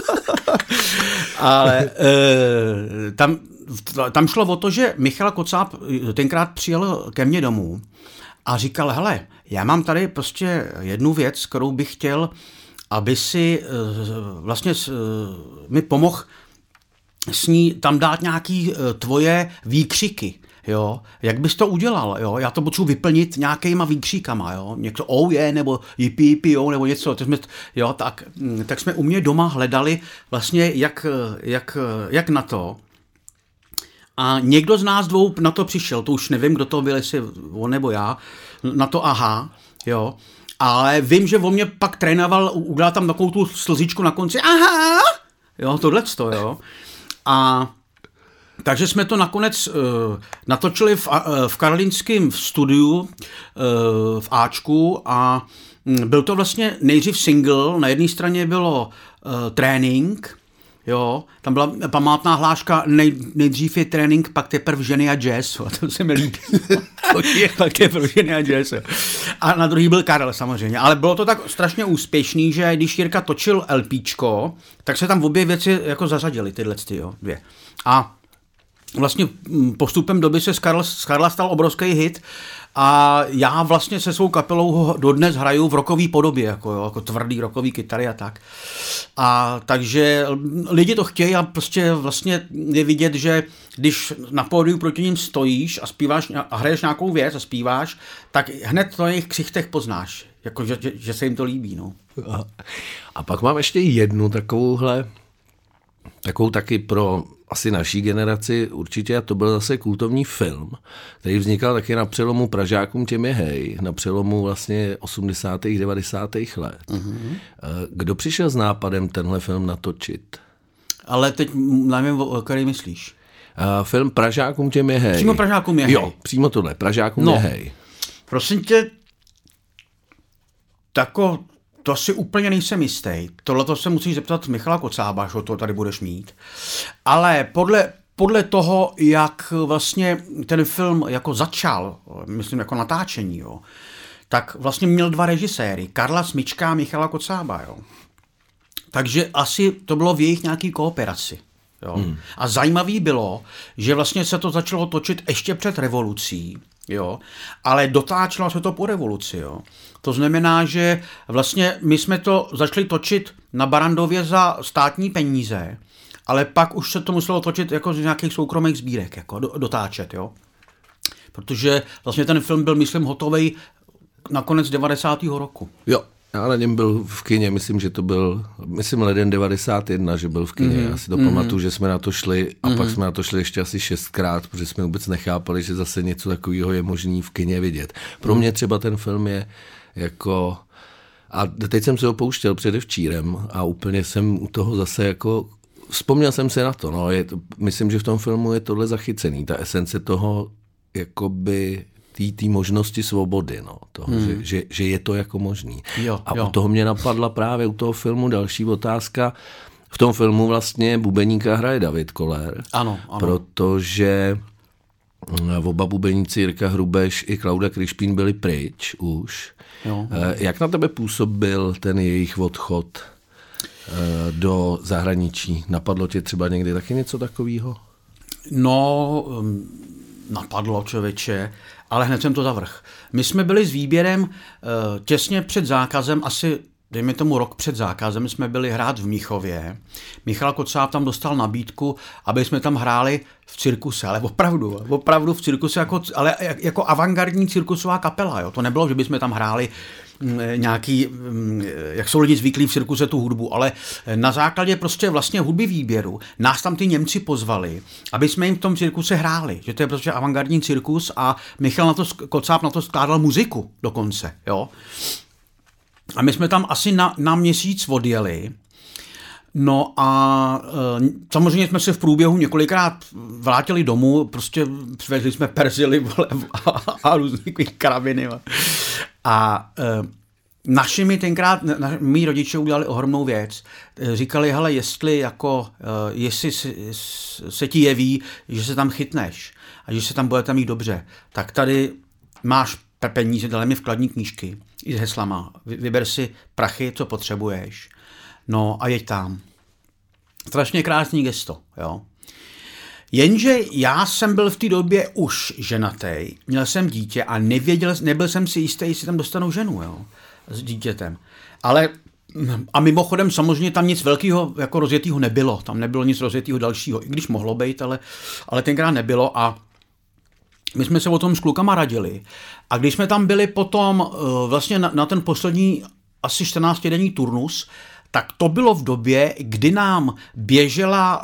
Ale e, tam, tam šlo o to, že Michal Kocáb tenkrát přijel ke mně domů a říkal, hele, já mám tady prostě jednu věc, kterou bych chtěl, aby si e, vlastně e, mi pomohl s ní tam dát nějaký e, tvoje výkřiky. jo, jak bys to udělal, jo, já to potřebuji vyplnit nějakýma výkříkama, jo, někdo oh je, nebo jipi, jipi, jo, nebo něco, to jsme, jo, tak, tak jsme u mě doma hledali vlastně, jak, jak, jak na to. A někdo z nás dvou na to přišel, to už nevím, kdo to byl, jestli on nebo já, na to aha, jo, ale vím, že on mě pak trénoval, udělal tam takovou tu slzičku na konci, aha, jo, tohleto, jo, a takže jsme to nakonec uh, natočili v, uh, v karlínském studiu uh, v Ačku a um, byl to vlastně nejdřív single, na jedné straně bylo uh, trénink, jo, tam byla památná hláška, nej, nejdřív je trénink, pak teprve ženy a jazz, to se mi líbí, pak teprve ženy a jazz. A na druhý byl Karel samozřejmě, ale bylo to tak strašně úspěšný, že když Jirka točil LPčko, tak se tam obě věci jako zařadily, tyhle ty, jo, dvě. A vlastně postupem doby se z Karla, z Karla stal obrovský hit a já vlastně se svou kapelou ho dodnes hraju v rockové podobě, jako, jo, jako tvrdý rockový kytary a tak. A takže lidi to chtějí a prostě vlastně je vidět, že když na pódiu proti ním stojíš a zpíváš a hraješ nějakou věc a zpíváš, tak hned to na jejich ksichtech poznáš, jako, že, že, že se jim to líbí. No. A, a pak mám ještě jednu takovouhle, takovou taky pro asi naší generaci určitě, a to byl zase kultovní film, který vznikal taky na přelomu Pražákům těm je hej, na přelomu vlastně osmdesátých devadesátých let. Mm-hmm. Kdo přišel s nápadem tenhle film natočit? Ale teď nevím, o který myslíš. Uh, film Pražákům těm je hej. Přímo Pražákům je hej. Jo, přímo tohle, Pražákům no, je hej. Prosím tě, tako... To si úplně nejsem jistý. Tohle se musíš zeptat Michala Kocába, že to tady budeš mít. Ale podle, podle toho, jak vlastně ten film jako začal, myslím jako natáčení, jo, tak vlastně měl dva režiséry, Karla Smyčka a Michala Kocába. Jo. Takže asi to bylo v jejich nějaký kooperaci. Jo. Hmm. A zajímavý bylo, že vlastně se to začalo točit ještě před revolucí, jo, ale dotáčelo se to po revoluci, jo. To znamená, že vlastně my jsme to začali točit na Barandově za státní peníze, ale pak už se to muselo točit jako z nějakých soukromých sbírek, jako dotáčet, jo. Protože vlastně ten film byl, myslím, hotovej na konec devadesátého roku. Jo, já na něm byl v kině, myslím, že to byl, myslím, leden devadesát jedna, že byl v kině. Mm, Já si to mm. pamatuju, že jsme na to šli a mm. pak jsme na to šli ještě asi šestkrát, protože jsme vůbec nechápali, že zase něco takového je možný v kině vidět. Pro mě třeba ten film je jako... A teď jsem se ho pouštěl předevčírem a úplně jsem u toho zase jako... Vzpomněl jsem se na to, no. Je to, myslím, že v tom filmu je tohle zachycený, ta esence toho jakoby... té možnosti svobody, no, toho, hmm. že, že, že je to jako možný. Jo, a jo. u toho mě napadla právě u toho filmu další otázka. V tom filmu vlastně bubeníka hraje David Koller, ano, ano. protože oba bubeníci Jirka Hrubeš i Klauda Krišpín byli pryč už. Jo. Jak na tebe působil ten jejich odchod do zahraničí? Napadlo tě třeba někdy taky něco takového? No, napadlo, člověče, ale hned jsem to zavrhl. My jsme byli s výběrem těsně před zákazem, asi dejme tomu rok před zákazem, jsme byli hrát v Mnichově. Michal Kocáb tam dostal nabídku, aby jsme tam hráli v cirkuse, ale opravdu, opravdu v cirkuse, jako, ale jako avantgardní cirkusová kapela. Jo. To nebylo, že bychom tam hráli nějaký, jak jsou lidi zvyklí v cirkuse tu hudbu, ale na základě prostě vlastně hudby výběru nás tam ty Němci pozvali, aby jsme jim v tom cirkuse hráli, že to je prostě avantgardní cirkus a Michal na to, Kocáb na to skládal muziku dokonce, jo. A my jsme tam asi na, na měsíc odjeli. No a e, samozřejmě jsme se v průběhu několikrát vrátili domů, prostě přivezli jsme perzily vole, a, a různý kraviny. A e, naši mi tenkrát, na, mý rodiče udělali ohromnou věc. Říkali, hele, jestli, jako, e, jestli se, se ti jeví, že se tam chytneš a že se tam budete mít dobře, tak tady máš peníze, dali mi vkladní knížky i s heslama. Vyber si prachy, co potřebuješ. No a jeď tam. Strašně krásný gesto, jo. Jenže já jsem byl v té době už ženatý, měl jsem dítě a nevěděl, nebyl jsem si jistý, jestli tam dostanu ženu, jo, s dítětem. Ale a mimochodem samozřejmě tam nic velkého jako rozjetého nebylo, tam nebylo nic rozjetého dalšího, i když mohlo být, ale, ale tenkrát nebylo a my jsme se o tom s klukama radili. A když jsme tam byli potom vlastně na, na ten poslední asi čtrnáctidenní turnus, tak to bylo v době, kdy nám běžela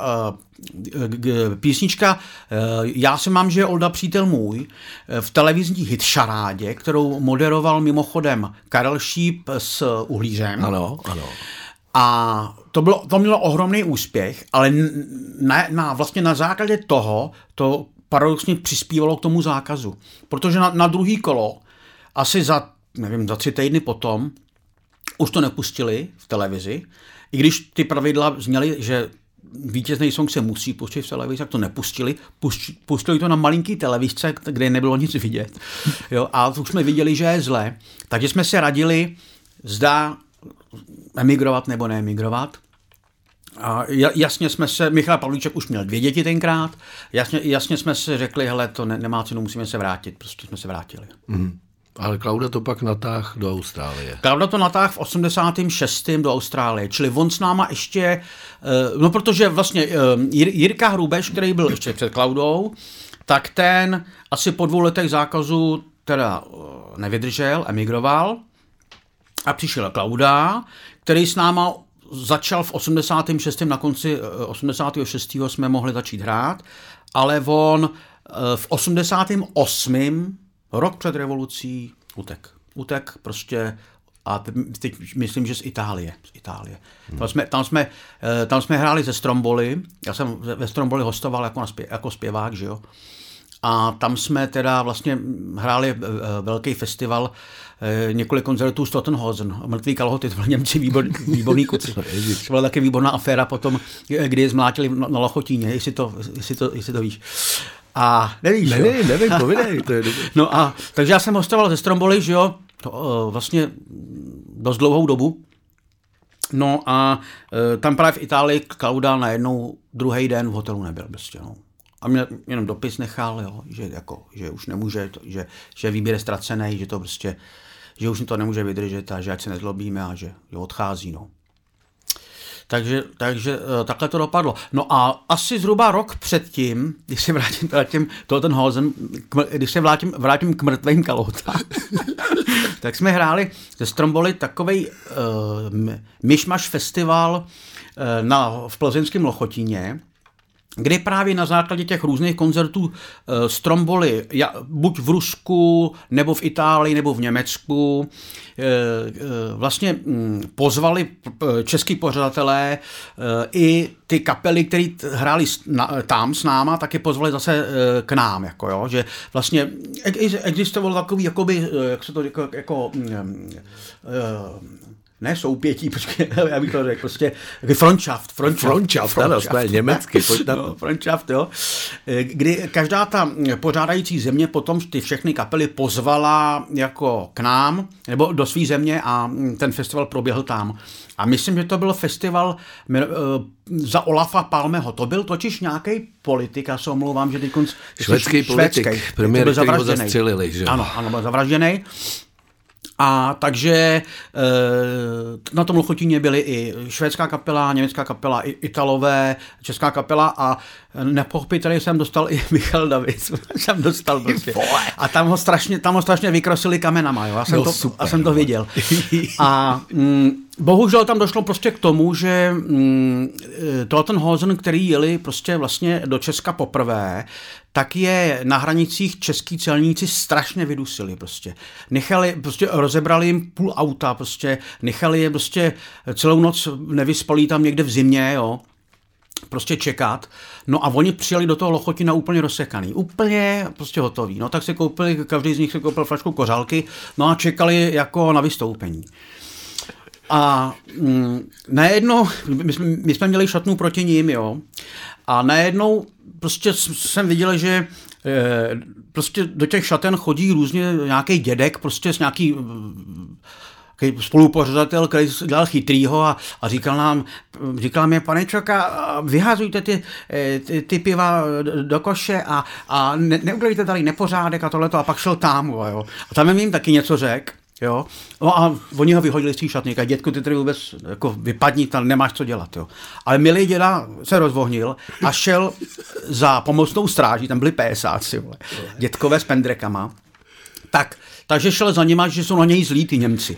uh, písnička uh, Já se mám, že je Olda přítel můj v televizní hitšarádě, kterou moderoval mimochodem Karel Šíp s Uhlířem. Ano, ano. A to, bylo, to mělo ohromný úspěch, ale na, na, vlastně na základě toho to paradoxně přispívalo k tomu zákazu. Protože na, na druhý kolo, asi za, nevím, za tři týdny potom, už to nepustili v televizi, i když ty pravidla zněly, že vítězný song se musí pustit v televizi, tak to nepustili. Pustili to na malinký televizce, kde nebylo nic vidět. Jo, a už jsme viděli, že je zlé. Takže jsme se radili, zda emigrovat nebo neemigrovat. A jasně jsme se, Michal Pavlíček už měl dvě děti tenkrát, jasně, jasně jsme si řekli, hele, to ne, nemá cenu, musíme se vrátit. Prostě jsme se vrátili. Mm. Ale Klauda to pak natáhl do Austrálie. Klauda to natáhl v osmdesátém šestém do Austrálie, čili on s náma ještě, no protože vlastně Jirka Hrubeš, který byl ještě před Klaudou, tak ten asi po dvou letech zákazu teda nevydržel, emigroval a přišel Klauda, který s náma začal v osmdesátém šestém na konci osmdesátého šestého jsme mohli začít hrát, ale on v osmdesátém osmém rok před revolucí utek. Utek prostě a teď myslím, že z Itálie. Z Itálie. Hmm. Tam, jsme, tam, jsme, tam jsme hráli ze Stromboli. Já jsem ve Stromboli hostoval jako, zpěv, jako zpěvák, že jo. A tam jsme teda vlastně hráli velký festival, několik koncertů z Tottenhausen. Mrtvý kalhoty, to byli Němci výborný, výborný kuci. To byla taky výborná aféra potom, kdy je zmlátili na, na Lochotíně, jestli to, jestli to, jestli to víš. A nevíš, nevím, jo? nevím, povidej, to je dobrý. No a takže já jsem hostoval ze Stromboli, že jo, to, uh, vlastně dost dlouhou dobu. No a uh, tam právě v Itálii Klauda najednou druhý den v hotelu nebyl prostě, no. A mě jenom dopis nechal, jo, že, jako, že už nemůže, to, že, že výběr je ztracený, že to prostě, že už to nemůže vydržet a že ať se nezlobíme a že, že odchází, no. Takže, takže takhle to dopadlo. No a asi zhruba rok předtím, když se vrátím, vrátím Tottenhausen, když se vrátím, vrátím k mrtvým kalhotám, tak jsme hráli ze Stromboli takovej uh, myšmaš festival uh, na, v plzeňském Lochotíně, kdy právě na základě těch různých koncertů uh, Stromboli, ja, buď v Rusku, nebo v Itálii, nebo v Německu, uh, uh, vlastně um, pozvali uh, český pořadatelé uh, i ty kapely, které hráli na, tam s náma, taky pozvali zase uh, k nám, jako jo, že vlastně existovalo takový, jakoby, jak se to říká, jako um, uh, ne soupětí, počkej, já bych to řekl, prostě Freundschaft, Freundschaft, Freundschaft, ano, jsme německy, pojď na to. Freundschaft, jo, kdy každá ta pořádající země potom ty všechny kapely pozvala jako k nám, nebo do své země a ten festival proběhl tam. A myslím, že to byl festival za Olafa Palmeho. To byl totiž nějaký politik, já se omlouvám, že teď konc... Švédský politik, premiér, který ho zastřelili, že? Ano, ano, byl zavražděnej. A takže e, na tom Lochotíně byly i švédská kapela, německá kapela, i Italové, česká kapela a nepochopitelně jsem dostal i Michal David. jsem dostal prostě. A tam ho strašně, tam ho strašně vykrosili kamenama, jo. Já jsem, no, to, super, já jsem to viděl. A mm, bohužel tam došlo prostě k tomu, že mm, Tottenhausen, který jeli prostě vlastně do Česka poprvé, tak je na hranicích český celníci strašně vydusili prostě. Nechali, prostě rozebrali jim půl auta, prostě nechali je prostě celou noc nevyspalí tam někde v zimě, jo, prostě čekat. No a oni přijeli do toho Lochotina úplně rozsekaný, úplně prostě hotový. No tak si koupili, každý z nich si koupil flašku kořálky, no a čekali jako na vystoupení. A mm, najednou, my jsme, my jsme měli šatnu proti ním, jo, a najednou prostě jsem viděl, že e, prostě do těch šaten chodí různě nějaký dědek, prostě s nějaký e, spolupořadatel, který dělal chytrýho a, a říkal nám, říkal mě, pane Čoka, vyhazujte ty, ty, ty piva do koše a, a ne, neudělejte tady nepořádek a tohleto a pak šel tam, jo. A tam jim taky něco řekl. Jo? No a oni ho vyhodili z té šatny, říkají, dětku, ty tady vůbec jako vypadni, tam nemáš co dělat. Jo? Ale milý děda se rozvohnil a šel za pomocnou stráží, tam byli pésáci, dětkové s pendrekama, tak, takže šel za nima, že jsou na něj zlí ty Němci.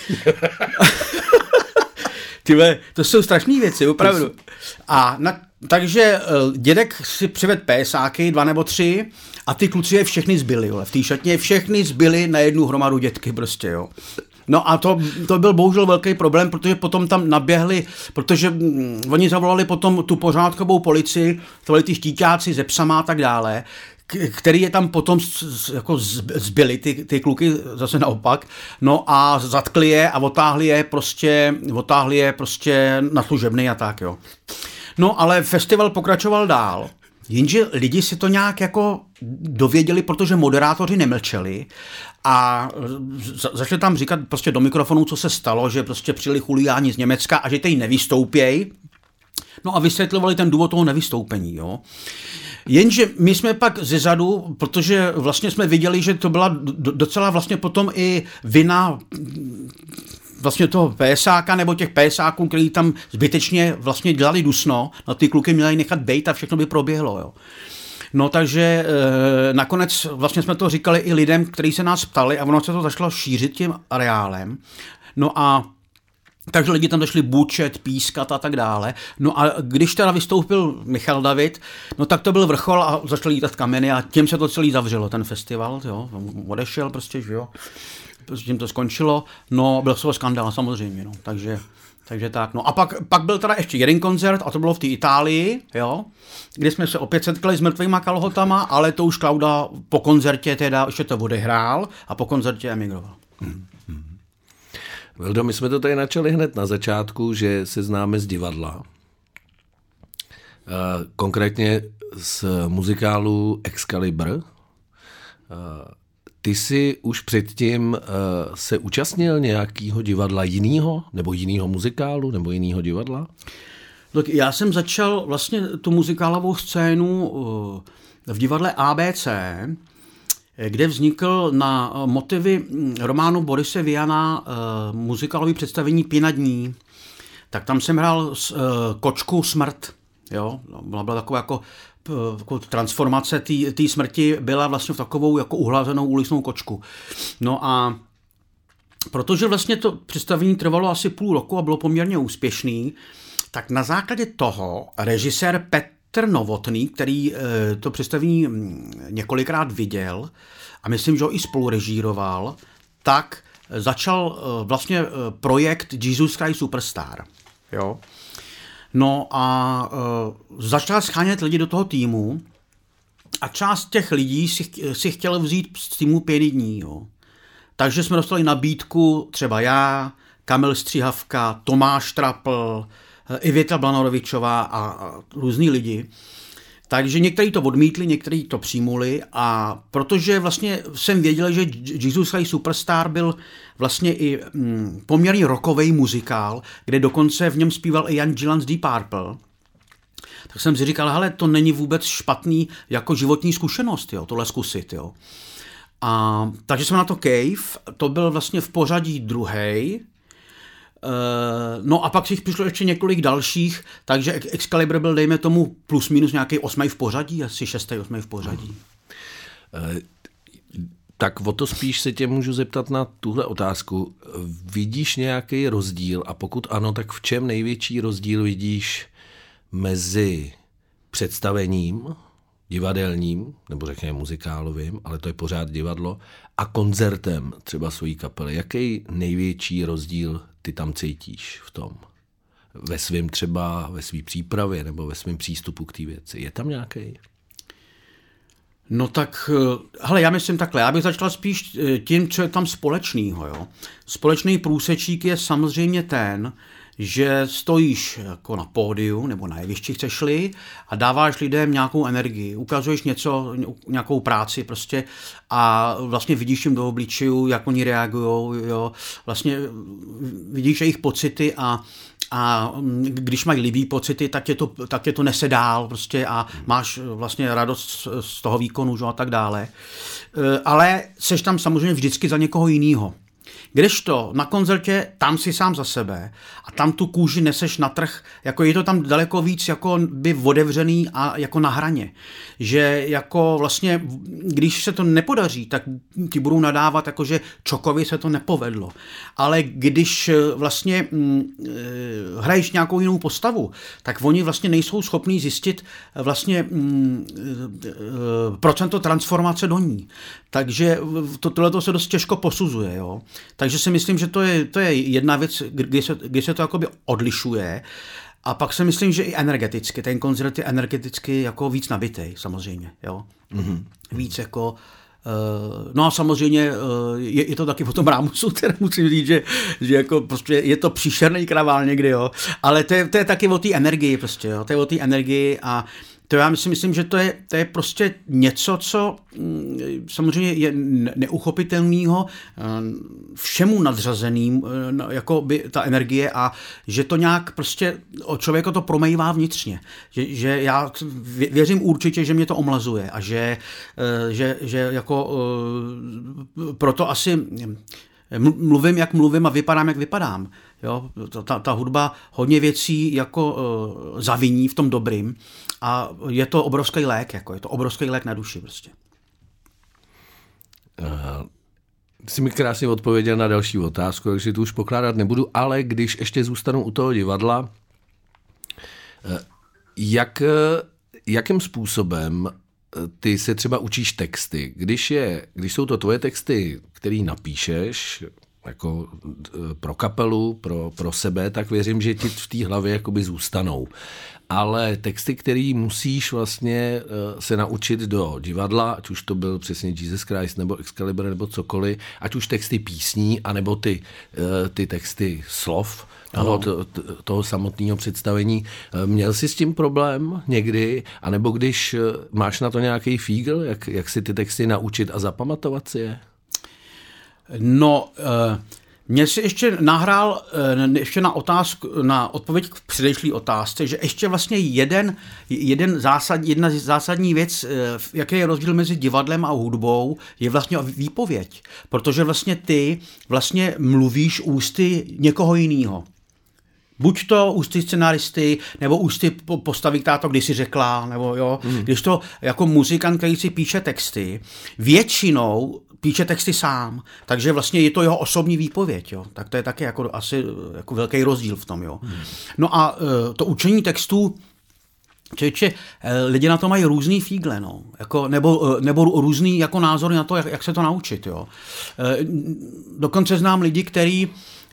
Tyhle, to jsou strašné věci, opravdu. A na, takže dědek si přivedl pésáky, dva nebo tři, a ty kluci je všechny zbyli, jo. V té šatně všechny zbyli na jednu hromadu dětky prostě, jo. No a to, to byl bohužel velký problém, protože potom tam naběhli, protože hm, oni zavolali potom tu pořádkovou policii, to byli ty štíťáci ze psama a tak dále, který je tam potom jako zbyli, ty, ty kluky zase naopak, no a zatkli je a otáhli je prostě, otáhli je prostě na služebny a tak, jo. No ale festival pokračoval dál, jenže lidi si to nějak jako dověděli, protože moderátoři nemlčeli a začali tam říkat prostě do mikrofonu, co se stalo, že prostě přijeli chuligáni z Německa a že teď nevystoupějí. No a vysvětlovali ten důvod toho nevystoupení, jo. Jenže my jsme pak zezadu, protože vlastně jsme viděli, že to byla docela vlastně potom i vina vlastně toho pésáka nebo těch pésáků, kteří tam zbytečně vlastně dělali dusno, no ty kluky měli nechat bejt a všechno by proběhlo, jo. No takže e, nakonec vlastně jsme to říkali i lidem, kteří se nás ptali a ono se to začalo šířit tím areálem. No a takže lidi tam začali bučet, pískat a tak dále. No a když teda vystoupil Michal David, no tak to byl vrchol a začali lítat kameny a tím se to celý zavřelo, ten festival, jo. Odešel prostě, že jo. Prostě tím to skončilo. No, byl to skandál samozřejmě, no. Takže, takže tak. No a pak, pak byl teda ještě jeden koncert a to bylo v té Itálii, jo, kde jsme se opět setkali s mrtvýma kalhotama, ale to už Klauda po koncertě teda ještě to odehrál a po koncertě emigroval. Hmm. Vildo, my jsme to tady načali hned na začátku, že se známe z divadla. Konkrétně z muzikálu Excalibur. Ty jsi už předtím se účastnil nějakého divadla jiného, nebo jiného muzikálu, nebo jiného divadla? Tak já jsem začal vlastně tu muzikálovou scénu v divadle A B C, kde vznikl na motivy románu Borise Viana muzikálový představení Pěna dní. Tak tam jsem hrál kočku Smrt. Jo? Byla, byla taková jako, jako transformace té smrti, byla vlastně v takovou jako uhlazenou uličnou kočku. No a protože vlastně to představení trvalo asi půl roku a bylo poměrně úspěšný, tak na základě toho režisér Petr Novotný, který to představení několikrát viděl a myslím, že ho i spolurežíroval, tak začal vlastně projekt Jesus Christ Superstar. Jo? No a začal schánět lidi do toho týmu a část těch lidí si, si chtěl vzít z týmu Pěny dní. Jo? Takže jsme dostali nabídku třeba já, Kamil Stříhavka, Tomáš Trapl, Iveta Blanorovičová a, a různí lidi. Takže někteří to odmítli, někteří to přijmuli a protože vlastně jsem věděl, že Jesus Christ Superstar byl vlastně i mm, poměrně rockový muzikál, kde dokonce v něm zpíval i Ian Gillan z Deep Purple, tak jsem si říkal, hele, to není vůbec špatný jako životní zkušenost, jo, tohle zkusit, jo. A takže jsme na to kejv, to byl vlastně v pořadí druhej. No a pak si jich přišlo ještě několik dalších, takže Excalibur byl, dejme tomu, plus minus nějaký osmý v pořadí, asi šestý, osmý v pořadí. Tak o to spíš se tě můžu zeptat na tuhle otázku. Vidíš nějaký rozdíl a pokud ano, tak v čem největší rozdíl vidíš mezi představením divadelním, nebo řekněme muzikálovým, ale to je pořád divadlo, a koncertem třeba svojí kapely? Jaký největší rozdíl ty tam cítíš v tom? Ve svém třeba, ve své přípravě nebo ve svém přístupu k té věci? Je tam nějaký? No tak, hele, já myslím takhle, já bych začal spíš tím, co je tam společného, jo. Společný průsečík je samozřejmě ten, že stojíš jako na pódiu nebo na jevišti, chceš-li, a dáváš lidem nějakou energii, ukazuješ něco, nějakou práci prostě a vlastně vidíš jim do obličejů, jak oni reagujou, jo, vlastně vidíš jejich pocity a a když mají libý pocity, tak je to, tak je to nese dál prostě a máš vlastně radost z toho výkonu, že, a tak dále. Ale seš tam samozřejmě vždycky za někoho jinýho. Kdežto na koncertě tam si sám za sebe a tam tu kůži neseš na trh, jako je to tam daleko víc jako by otevřený a jako na hraně. Že jako vlastně, když se to nepodaří, tak ti budou nadávat, jako že Čokovi se to nepovedlo. Ale když vlastně hm, hraješ nějakou jinou postavu, tak oni vlastně nejsou schopní zjistit vlastně hm, procento transformace do ní. Takže to, tohleto se dost těžko posuzuje. Jo? Takže si myslím, že to je, to je jedna věc, kdy se, kdy se to jakoby odlišuje. A pak si myslím, že i energeticky. Ten koncert je energeticky jako víc nabitej, samozřejmě. Jo? Mm-hmm. Víc jako... Uh, no a samozřejmě uh, je, je to taky o tom Rámusu, který musím říct, že, že jako prostě je to příšerný kravál někdy, jo. Ale to je, to je taky o té energii prostě, jo. To je o té energii a to já myslím, myslím, že to je, to je prostě něco, co mm, samozřejmě je neuchopitelného, všemu nadřazeným, jako by ta energie a že to nějak prostě od člověka to promejvá vnitřně. Že, že já věřím určitě, že mě to omlazuje a že, že, že jako proto asi mluvím, jak mluvím a vypadám, jak vypadám. Jo? Ta, ta hudba hodně věcí jako uh, zaviní v tom dobrým a je to obrovský lék, jako je to obrovský lék na duši prostě. Uh, jsi mi krásně odpověděl na další otázku, takže tu už pokládat nebudu, ale když ještě zůstanu u toho divadla, uh, jak, jakým způsobem ty se třeba učíš texty, když, je, když jsou to tvoje texty, který napíšeš, jako pro kapelu, pro, pro sebe, tak věřím, že ti v té hlavě jakoby zůstanou. Ale texty, který musíš vlastně se naučit do divadla, ať už to byl přesně Jesus Christ nebo Excalibur nebo cokoliv, ať už texty písní, anebo ty, ty texty slov, toho, to, toho samotného představení. Měl jsi s tím problém někdy? A nebo když máš na to nějaký fígl, jak, jak si ty texty naučit a zapamatovat si je? No, uh, mě si ještě nahrál uh, ještě na otázku, na odpověď k předešlý otázce, že ještě vlastně jeden, jeden zásad, jedna zásadní věc, uh, jaký je rozdíl mezi divadlem a hudbou, je vlastně výpověď. Protože vlastně ty vlastně mluvíš ústy někoho jiného. Buď to ústy scenaristy, nebo ústy postavy, která to kdysi řekla, nebo jo, mm. když to jako muzikant, který si píše texty, většinou píše texty sám, takže vlastně je to jeho osobní výpověď, jo. Tak to je taky jako asi jako velký rozdíl v tom, jo. Mm. No a to učení textů, Čeče, lidi na to mají různý fígle, no. Jako, nebo, nebo různý jako názory na to, jak, jak se to naučit, jo. Dokonce znám lidi, kteří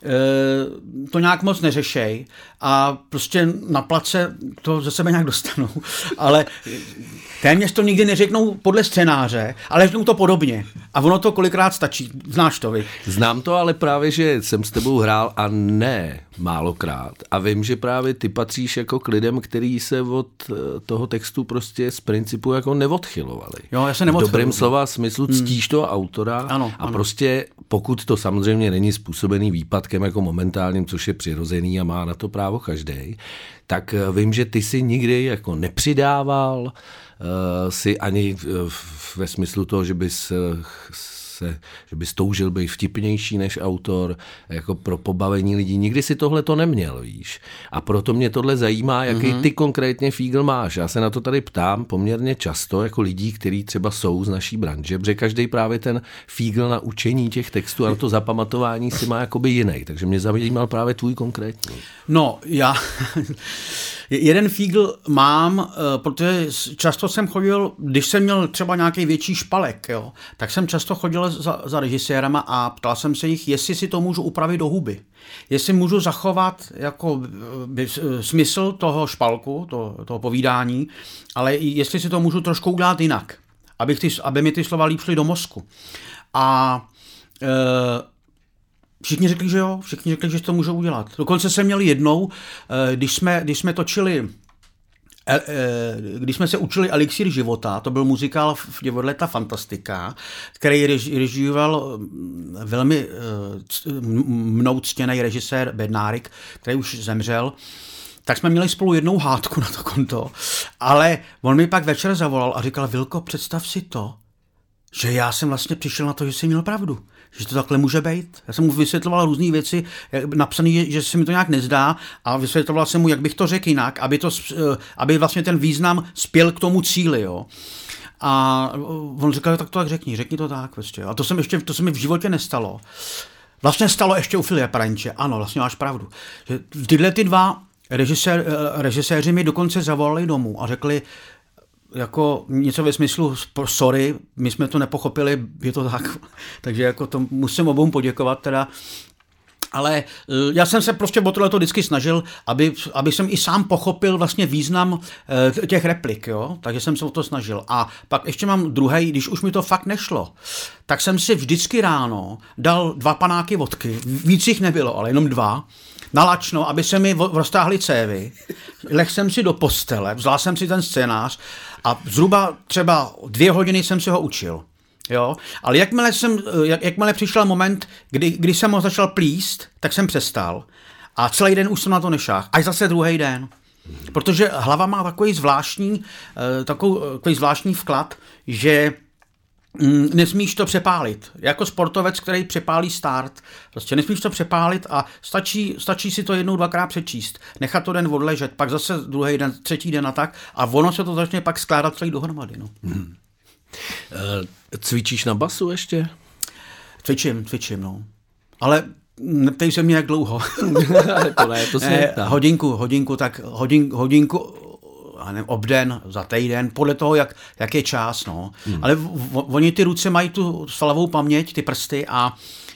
to nějak moc neřešej a prostě na place to ze sebe nějak dostanou, ale téměř to nikdy neřeknou podle scénáře, ale řeknou to podobně a ono to kolikrát stačí, znáš to vy. Znám to, ale právě, že jsem s tebou hrál a ne málokrát a vím, že právě ty patříš jako k lidem, který se od toho textu prostě z principu jako neodchylovali. Jo, já se neodchyluji. V dobrém slova smyslu ctíš toho autora ano, a ano. prostě pokud to samozřejmě není způsobený výpadkem jako momentálním, což je přirozený a má na to právo každý, tak vím, že ty si nikdy jako nepřidával uh, si ani v, ve smyslu toho, že bys se, že bys toužil být vtipnější než autor, jako pro pobavení lidí. Nikdy si tohle to neměl, víš. A proto mě tohle zajímá, jaký mm-hmm. ty konkrétně fígl máš. Já se na to tady ptám poměrně často, jako lidí, kteří třeba jsou z naší branže, protože každý právě ten fígl na učení těch textů a na to zapamatování si má jakoby jiný. Takže mě zajímal právě tvůj konkrétní. No, já... Jeden fígl mám, protože často jsem chodil, když jsem měl třeba nějaký větší špalek, jo, tak jsem často chodil za, za režisérama a ptal jsem se jich, jestli si to můžu upravit do huby. Jestli můžu zachovat jako by, smysl toho špalku, to, toho povídání, ale jestli si to můžu trošku udělat jinak, aby, ty, aby mi ty slova líp šly do mozku. A e, Všichni řekli, že jo, všichni řekli, že to můžou udělat. Dokonce jsem měl jednou, když jsme, když jsme točili, když jsme se učili Elixír života, to byl muzikál v divadle Ta Fantastika, který režíroval velmi mnou ctěný režisér Bednárik, který už zemřel, tak jsme měli spolu jednou hádku na to konto, ale on mi pak večer zavolal a říkal, Vilko, představ si to, že já jsem vlastně přišel na to, že jsem měl pravdu. že to takhle může být. Já jsem mu vysvětloval různé věci, napsané, že, že se mi to nějak nezdá a vysvětloval jsem mu, jak bych to řekl jinak, aby, to, aby vlastně ten význam spěl k tomu cíli, jo. A on říkal, tak to tak řekni, řekni to tak. Vlastně. A to, jsem ještě, to se mi v životě nestalo. Vlastně stalo ještě u Filipa Ranče, ano, vlastně máš pravdu. Že tyhle ty dva režisér, režiséři mi dokonce zavolali domů a řekli, jako něco ve smyslu, sorry, my jsme to nepochopili, je to tak, takže jako to musím obou poděkovat teda. Ale já jsem se prostě o tohleto vždycky snažil, aby, aby jsem i sám pochopil vlastně význam těch replik, jo? Takže jsem se o to snažil. A pak ještě mám druhý, když už mi to fakt nešlo, tak jsem si vždycky ráno dal dva panáky vodky, víc jich nebylo, ale jenom dva, nalačno, aby se mi roztáhly cévy, lehl jsem si do postele, vzal jsem si ten scénář a zhruba třeba dvě hodiny jsem si ho učil. Jo, ale jakmile, jsem, jak, jakmile přišel moment, kdy, kdy jsem ho začal plíst, tak jsem přestal. A celý den už jsem na to nešáhl. Až zase druhý den. Protože hlava má takový zvláštní, takový, takový zvláštní vklad, že mm, nesmíš to přepálit. Jako sportovec, který přepálí start. Prostě nesmíš to přepálit a stačí, stačí si to jednou, dvakrát přečíst. Nechat to den odležet, pak zase druhý den, třetí den a tak. A ono se to začne pak skládat celý dohromady. No. Hmm. Cvičíš na basu ještě? Cvičím, cvičím, no. Ale neptej se mě, jak dlouho. to ne, to se ne, hodinku, hodinku, tak hodin, hodinku, nevím, obden, za týden, podle toho, jak, jak je čas, no. Hmm. Ale v, v, oni ty ruce mají tu svalovou paměť, ty prsty a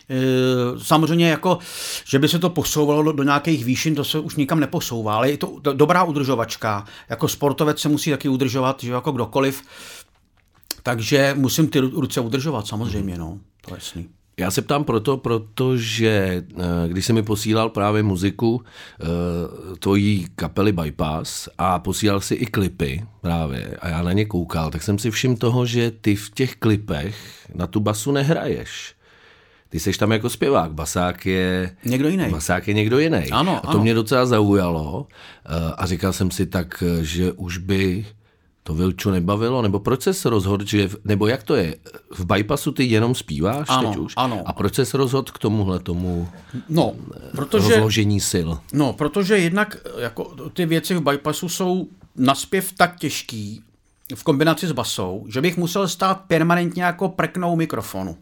e, samozřejmě jako, že by se to posouvalo do, do nějakých výšin, to se už nikam neposouvá, ale je to do, dobrá udržovačka. Jako sportovec se musí taky udržovat, že jako kdokoliv. Takže musím ty ruce udržovat, samozřejmě, no, to je jasný. Já se ptám proto, protože když jsi mi posílal právě muziku tvojí kapely Bypass a posílal si i klipy právě a já na ně koukal, tak jsem si všiml toho, že ty v těch klipech na tu basu nehraješ. Ty seš tam jako zpěvák, basák je někdo jiný. Basák je někdo jiný. Ano, a to ano. mě docela zaujalo a říkal jsem si tak, že už by to Vilču nebavilo, nebo proč se rozhodl, že, nebo jak to je, v Bypassu ty jenom zpíváš ano, teď už? Ano. A proč se rozhodl k tomuhle tomu no, protože, rozložení sil? No, protože jednak jako ty věci v Bypassu jsou naspěv tak těžký v kombinaci s basou, že bych musel stát permanentně jako prknou mikrofonu.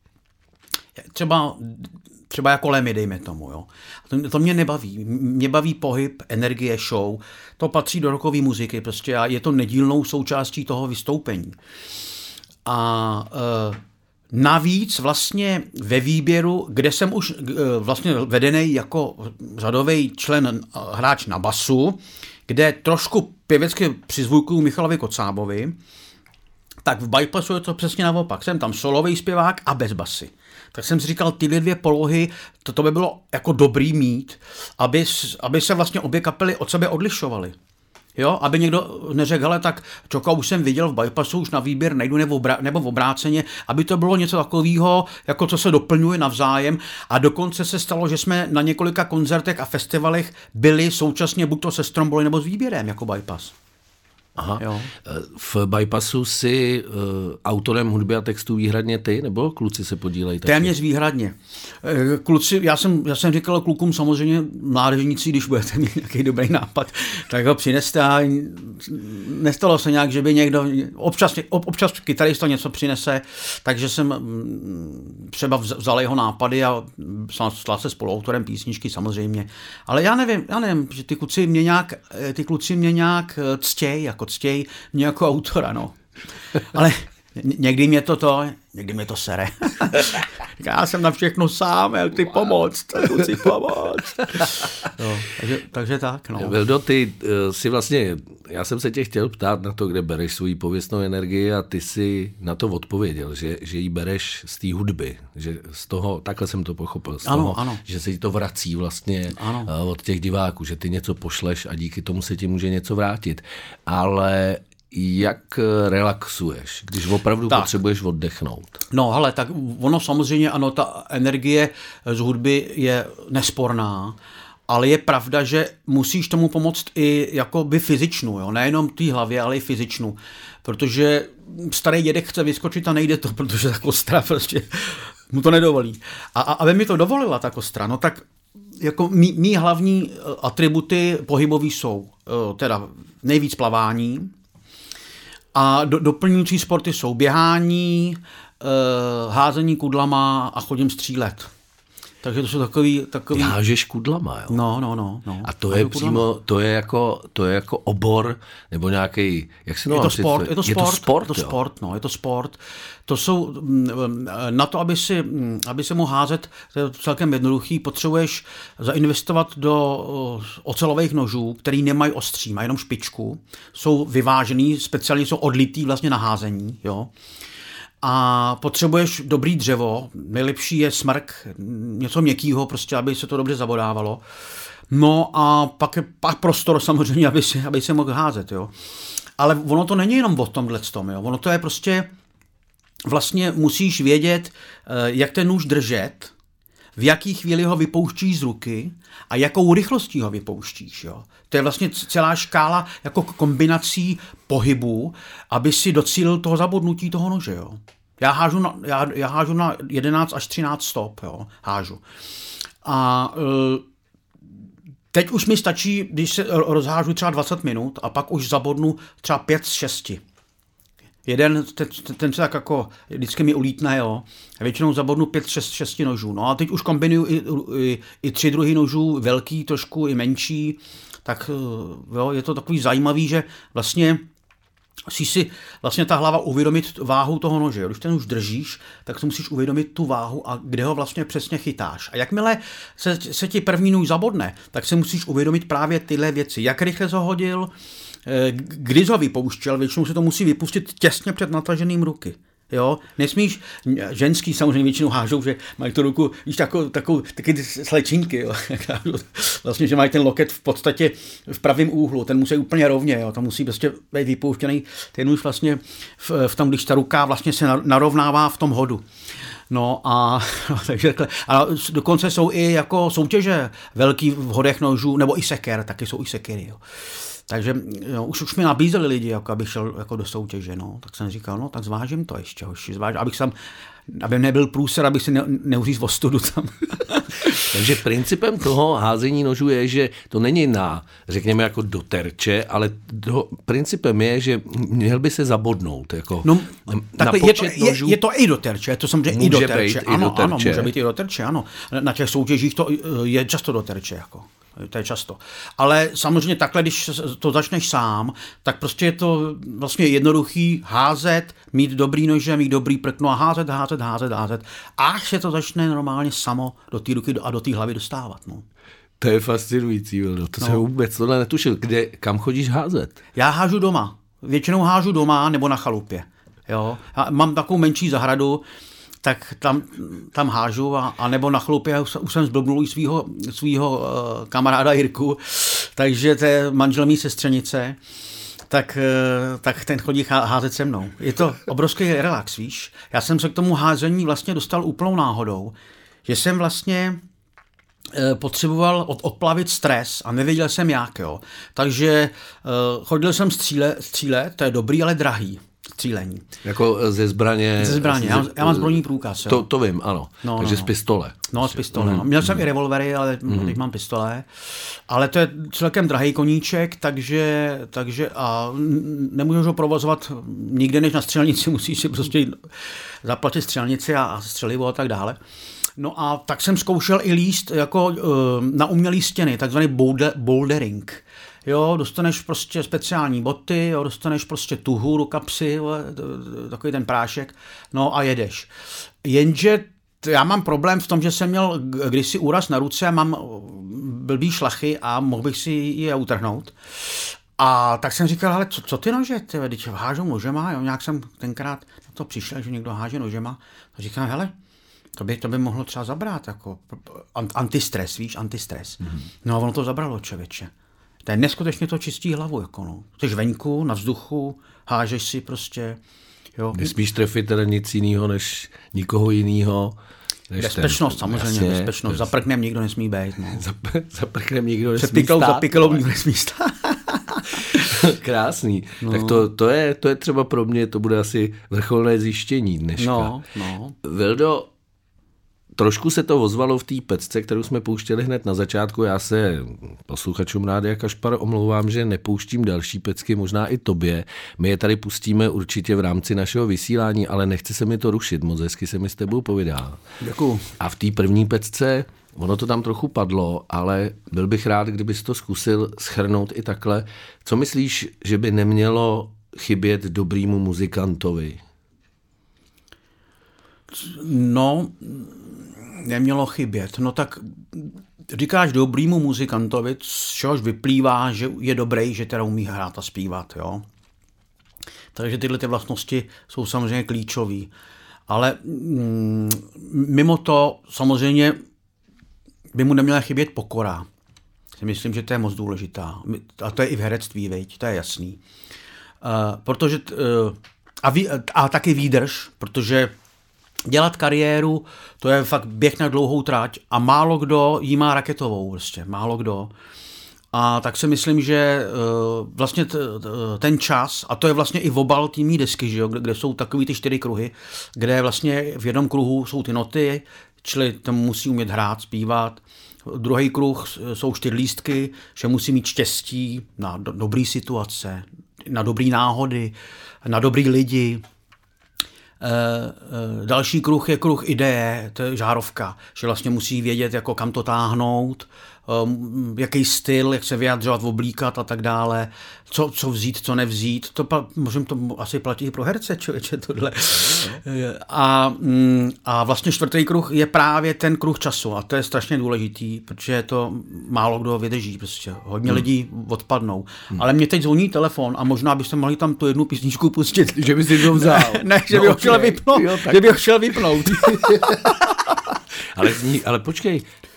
Třeba Třeba jako Lemmy, dejme tomu. Jo. To, to mě nebaví. Mě baví pohyb, energie, show. To patří do rockové muziky prostě a je to nedílnou součástí toho vystoupení. A e, navíc vlastně ve výběru, kde jsem už e, vlastně vedený jako řadový člen, hráč na basu, kde trošku pěvecky přizvukuju Michalovi Kocábovi, tak v Bypassu je to přesně naopak. Jsem tam solový zpěvák a bez basy. Tak jsem si říkal, tyhle dvě polohy, to, to by bylo jako dobrý mít, aby, aby se vlastně obě kapely od sebe odlišovaly. Jo, aby někdo neřekl, hele, tak čoka už jsem viděl v Bypassu, už na výběr nejdu nebo, obrá, nebo v obráceně, aby to bylo něco takového, jako co se doplňuje navzájem. A dokonce se stalo, že jsme na několika koncertech a festivalech byli současně buď to se Stromboli nebo s výběrem jako Bypass. Aha. Jo. V Bypassu si uh, autorem hudby a textů výhradně ty, nebo kluci se podílejí taky? Téměř výhradně. Kluci, já jsem, já jsem říkal klukům samozřejmě mládežníci, když budete mít nějaký dobrý nápad, tak ho přineste a nestalo se nějak, že by někdo, občas, občas kytarista něco přinese, takže jsem třeba vzal jeho nápady a stal se spoluautorem písničky samozřejmě. Ale já nevím, já nevím, že ty kluci mě nějak, ty kluci mě nějak ctěj, jako ctěj mě jako autora, no. Ale někdy mě to to, někdy mě to sere. Já jsem na všechno sám, jak ty pomoct, chci pomoct. No, takže, takže tak, no. Vildo, ty si vlastně, já jsem se tě chtěl ptát na to, kde bereš svou pověstnou energii a ty si na to odpověděl, že, že ji bereš z té hudby, že z toho, takhle jsem to pochopil, z ano, toho, ano. že se ti to vrací vlastně ano. od těch diváků, že ty něco pošleš a díky tomu se ti může něco vrátit. Ale jak relaxuješ, když opravdu tak potřebuješ oddechnout? No hele, tak ono samozřejmě, ano, ta energie z hudby je nesporná, ale je pravda, že musíš tomu pomoct i jakoby fyzičnu, jo? Nejenom té hlavě, ale i fyzičnu, protože starý dědek chce vyskočit a nejde to, protože ta kostra prostě mu to nedovolí. A, a aby mi to dovolila ta kostra, no tak jako mý, mý hlavní atributy pohybový jsou teda nejvíc plavání a do, doplňující sporty jsou běhání, házení kudlama a chodím střílet. Takže to jsou takový... takový... Ty hážeš kudlama, jo? No, no, no. no. A to je přímo, to je, jako, to je jako obor, nebo nějaký, jak se je to sport, je to je to sport, sport, je to sport, no, je to sport. To jsou, na to, aby si, aby si mohl házet, to je celkem jednoduchý, potřebuješ zainvestovat do ocelových nožů, který nemají ostří, mají jenom špičku, jsou vyvážený, speciálně jsou odlitý vlastně na házení, jo. A potřebuješ dobrý dřevo, nejlepší je smrk, něco měkkýho, prostě, aby se to dobře zabodávalo. No a pak je pak prostor samozřejmě, aby si, aby si mohl házet, jo. Ale ono to není jenom o tomhletom, jo. Ono to je prostě, vlastně musíš vědět, jak ten nůž držet, v jaký chvíli ho vypouštíš z ruky a jakou rychlostí ho vypouštíš, jo. To je vlastně celá škála jako kombinací pohybů, aby si docílil toho zabodnutí toho nože, jo. Já hážu na, já, já hážu na jedenáct až třináct stop, jo, hážu. A e, teď už mi stačí, když se rozhážu třeba dvacet minut a pak už zabodnu třeba pět z šesti. Jeden, ten, ten se tak jako vždycky mi ulítne, jo. A většinou zabodnu pět, šest, šesti nožů. No a teď už kombinuju i, i, i tři druhy nožů, velký trošku, i menší. Tak jo, je to takový zajímavý, že vlastně musíš si vlastně ta hlava uvědomit váhu toho nože. Jo. Když ten už držíš, tak si musíš uvědomit tu váhu a kde ho vlastně přesně chytáš. A jakmile se, se ti první nůž zabodne, tak si musíš uvědomit právě tyhle věci. Jak rychle jsi ho hodil, kdy jsi ho vypouštěl, většinou se to musí vypustit těsně před nataženým ruky. Jo, nesmíš, ženský samozřejmě většinou hážou, že mají tu ruku, víš, takovou, takovou, taky ty slečinky, jo, vlastně, že mají ten loket v podstatě v pravém úhlu, ten musí úplně rovně, jo, to musí prostě být vypouštěný, ten už vlastně v, v tom, když ta ruka vlastně se narovnává v tom hodu. No a, takže, a dokonce jsou i jako soutěže velký v hodech nožů, nebo i seker, taky jsou i sekery, jo. Takže no, už, už mi nabízeli lidi, jako abych šel jako do soutěže, no. Tak jsem říkal, no tak zvážím to ještě, hoši, zvážím, abych sam, aby nebyl průser, abych si ne, neuřízl ostudu tam. Takže principem toho házení nožů je, že to není na, řekněme, jako do terče, ale do, principem je, že měl by se zabodnout, jako no, na počet je to, nožů. Je, je to i do terče, je to samozřejmě i do terče. Být ano, i do terče. Ano, může být i do terče, ano. Na těch soutěžích to je často do terče, jako. To je často. Ale samozřejmě takhle, když to začneš sám, tak prostě je to vlastně jednoduchý házet, mít dobrý nože, mít dobrý prkno a házet, házet, házet, házet. Až se to začne normálně samo do té ruky a do té hlavy dostávat. No. To je fascinující, Vildo. To no. jsem vůbec tohle netušil. Kde, kam chodíš házet? Já hážu doma. Většinou hážu doma nebo na chalupě. Jo? Já mám takovou menší zahradu, tak tam, tam hážu a, a nebo na chlupě, už, už jsem zblbnul i svýho, svýho uh, kamaráda Jirku, takže to je manžel mý sestřenice, tak, uh, tak ten chodí házet se mnou. Je to obrovský relax, víš. Já jsem se k tomu házení vlastně dostal úplnou náhodou, že jsem vlastně uh, potřeboval od, odplavit stres a nevěděl jsem jak, jo. Takže uh, chodil jsem střílet, střílet, to je dobrý, ale drahý. Střílení. Jako ze zbraně. Ze zbraně, já, já mám zbrojní průkaz. Jo. To, to vím, ano. No, Takže no, no. z pistole. No, z pistole. Mm. No. Měl jsem mm. i revolvery, ale mm. teď mám pistole. Ale to je celkem drahý koníček, takže, takže a nemůžeš ho provozovat nikde než na střelnici, musíš si prostě zaplatit střelnici a, a střelivo a tak dále. No a tak jsem zkoušel i líst jako uh, na umělý stěny, takzvaný boulder, bouldering. Jo, dostaneš prostě speciální boty, jo, dostaneš prostě tuhu do kapsy, takový ten prášek, no a jedeš. Jenže já mám problém v tom, že jsem měl kdysi úraz na ruce, mám blbý šlachy a mohl bych si je utrhnout. A tak jsem říkal, ale co, co ty nože, ty, když hážou nožema, jo, nějak jsem tenkrát na to přišel, že někdo háže nožema, a říkám, hele, to by, to by mohlo třeba zabrat, jako antistres, víš, antistres. Mm-hmm. No a ono to zabralo, člověče. To je neskutečně to čistí hlavu, jako no. Jsi venku, na vzduchu, hážeš si prostě, jo. Nesmíš trefit teda nic jiného, než nikoho jiného. Bezpečnost, ten, samozřejmě, jasně, bezpečnost. Za prknem nikdo nesmí být, no. Za, za prknem nikdo nesmí Před piklou, stát. Za piklou nikdo nesmí stát. Krásný. No. Tak to, to, je, to je třeba pro mě, to bude asi vrcholné zjištění dneška. No, no. Vildo, trošku se to ozvalo v té pecce, kterou jsme pouštěli hned na začátku. Já se posluchačům Rádia Kašpar omlouvám, že nepouštím další pecky, možná i tobě. My je tady pustíme určitě v rámci našeho vysílání, ale nechci se mi to rušit, moc hezky se mi s tebou povídá. Děkuju. A v té první pecce, ono to tam trochu padlo, ale byl bych rád, kdybys to zkusil shrnout i takhle. Co myslíš, že by nemělo chybět dobrýmu muzikantovi? No, nemělo chybět. No tak říkáš dobrýmu muzikantovi, z čehož vyplývá, že je dobrý, že teda umí hrát a zpívat, jo. Takže tyhle ty vlastnosti jsou samozřejmě klíčový. Ale mm, mimo to samozřejmě by mu neměla chybět pokora. Myslím, že to je moc důležitá. A to je i v herectví, veď, to je jasný. Uh, protože, uh, a, vý, a taky výdrž, protože dělat kariéru, to je fakt běh na dlouhou trať a málo kdo jí má raketovou, prostě, málo kdo. A tak si myslím, že uh, vlastně t, t, ten čas, a to je vlastně i obal té mý desky, že jo, kde, kde jsou takový ty čtyři kruhy, kde vlastně v jednom kruhu jsou ty noty, čili tam musí umět hrát, zpívat. Druhý kruh jsou čtyřlístky, že musí mít štěstí na do, dobrý situace, na dobrý náhody, na dobrý lidi. E, e, další kruh je kruh ideje, to je žárovka, že vlastně musí vědět, jako kam to táhnout, e, jaký styl, jak se vyjadřovat, oblíkat a tak dále, co, co vzít, co nevzít. To možná to asi platí i pro herce, člověče, tohle. A, a vlastně čtvrtý kruh je právě ten kruh času a to je strašně důležitý, protože to málo kdo vydrží, prostě hodně hmm. lidí odpadnou. Hmm. Ale mě teď zvoní telefon a možná byste mohli tam tu jednu písničku pustit. Že by si to vzal. Ne, ne že by no, ho šel vypnout. Jo, že by ho šel vypnout. ale, zní, ale počkej.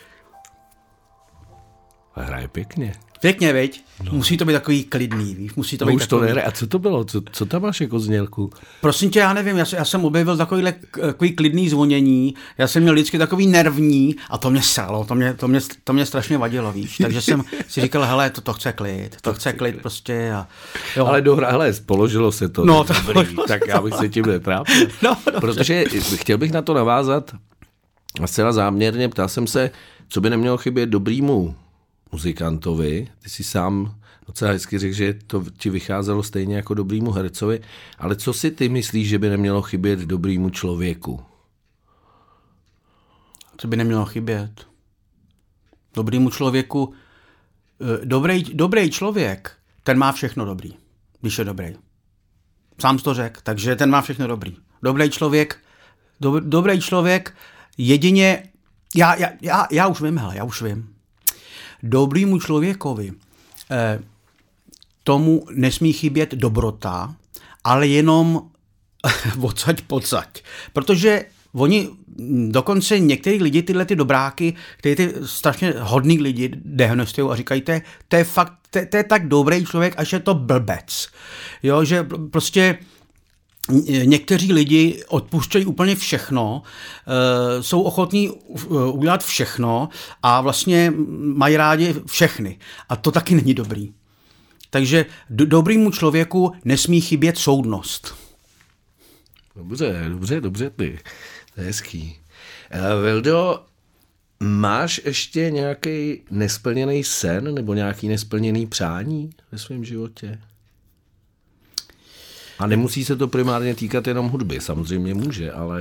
Hraje pěkně. Pěkně, veď? No. Musí to být takový klidný, víš? Musí to no být už takový... to nehraje. A co to bylo? Co, co tam máš jako znělku? Prosím tě, já nevím, já, já jsem objevil takovýhle takový klidný zvonění, já jsem měl vždycky takový nervní a to mě sralo, to mě, to mě, to mě strašně vadilo, víš? Takže jsem si říkal, hele, to, to chce klid, to, to chce klid, klid prostě. A, jo. Ale dohra, hele, položilo se to. No, to dobrý, tak já bych se tím netrápil. No, protože chtěl bych na to navázat a zcela záměrně, ptal jsem se, co by nemělo chybět dobrýmu muzikantovi. Ty si sám docela hezky řekl, že to ti vycházelo stejně jako dobrýmu hercovi, ale co si ty myslíš, že by nemělo chybět dobrýmu člověku? Co by nemělo chybět? Dobrýmu člověku... Dobrý, dobrý člověk, ten má všechno dobrý, když je dobrý. Sám jsi to řekl, takže ten má všechno dobrý. Dobrý člověk, do, dobrý člověk jedině... Já, já, já, já už vím, hele, já už vím. Dobrýmu člověkovi eh, tomu nesmí chybět dobrota, ale jenom odsaď pocať. Protože oni, dokonce některý lidi, tyhle ty dobráky, kteří ty strašně hodný lidi dehonestují a říkají, to je fakt, to je tak dobrý člověk, až je to blbec. Jo, že prostě někteří lidi odpuštějí úplně všechno, jsou ochotní udělat všechno a vlastně mají rádi všechny. A to taky není dobrý. Takže do, dobrýmu člověku nesmí chybět soudnost. Dobře, dobře, dobře ty. To je hezký. Vildo, máš ještě nějaký nesplněný sen nebo nějaký nesplněný přání ve svém životě? A nemusí se to primárně týkat jenom hudby, samozřejmě může, ale...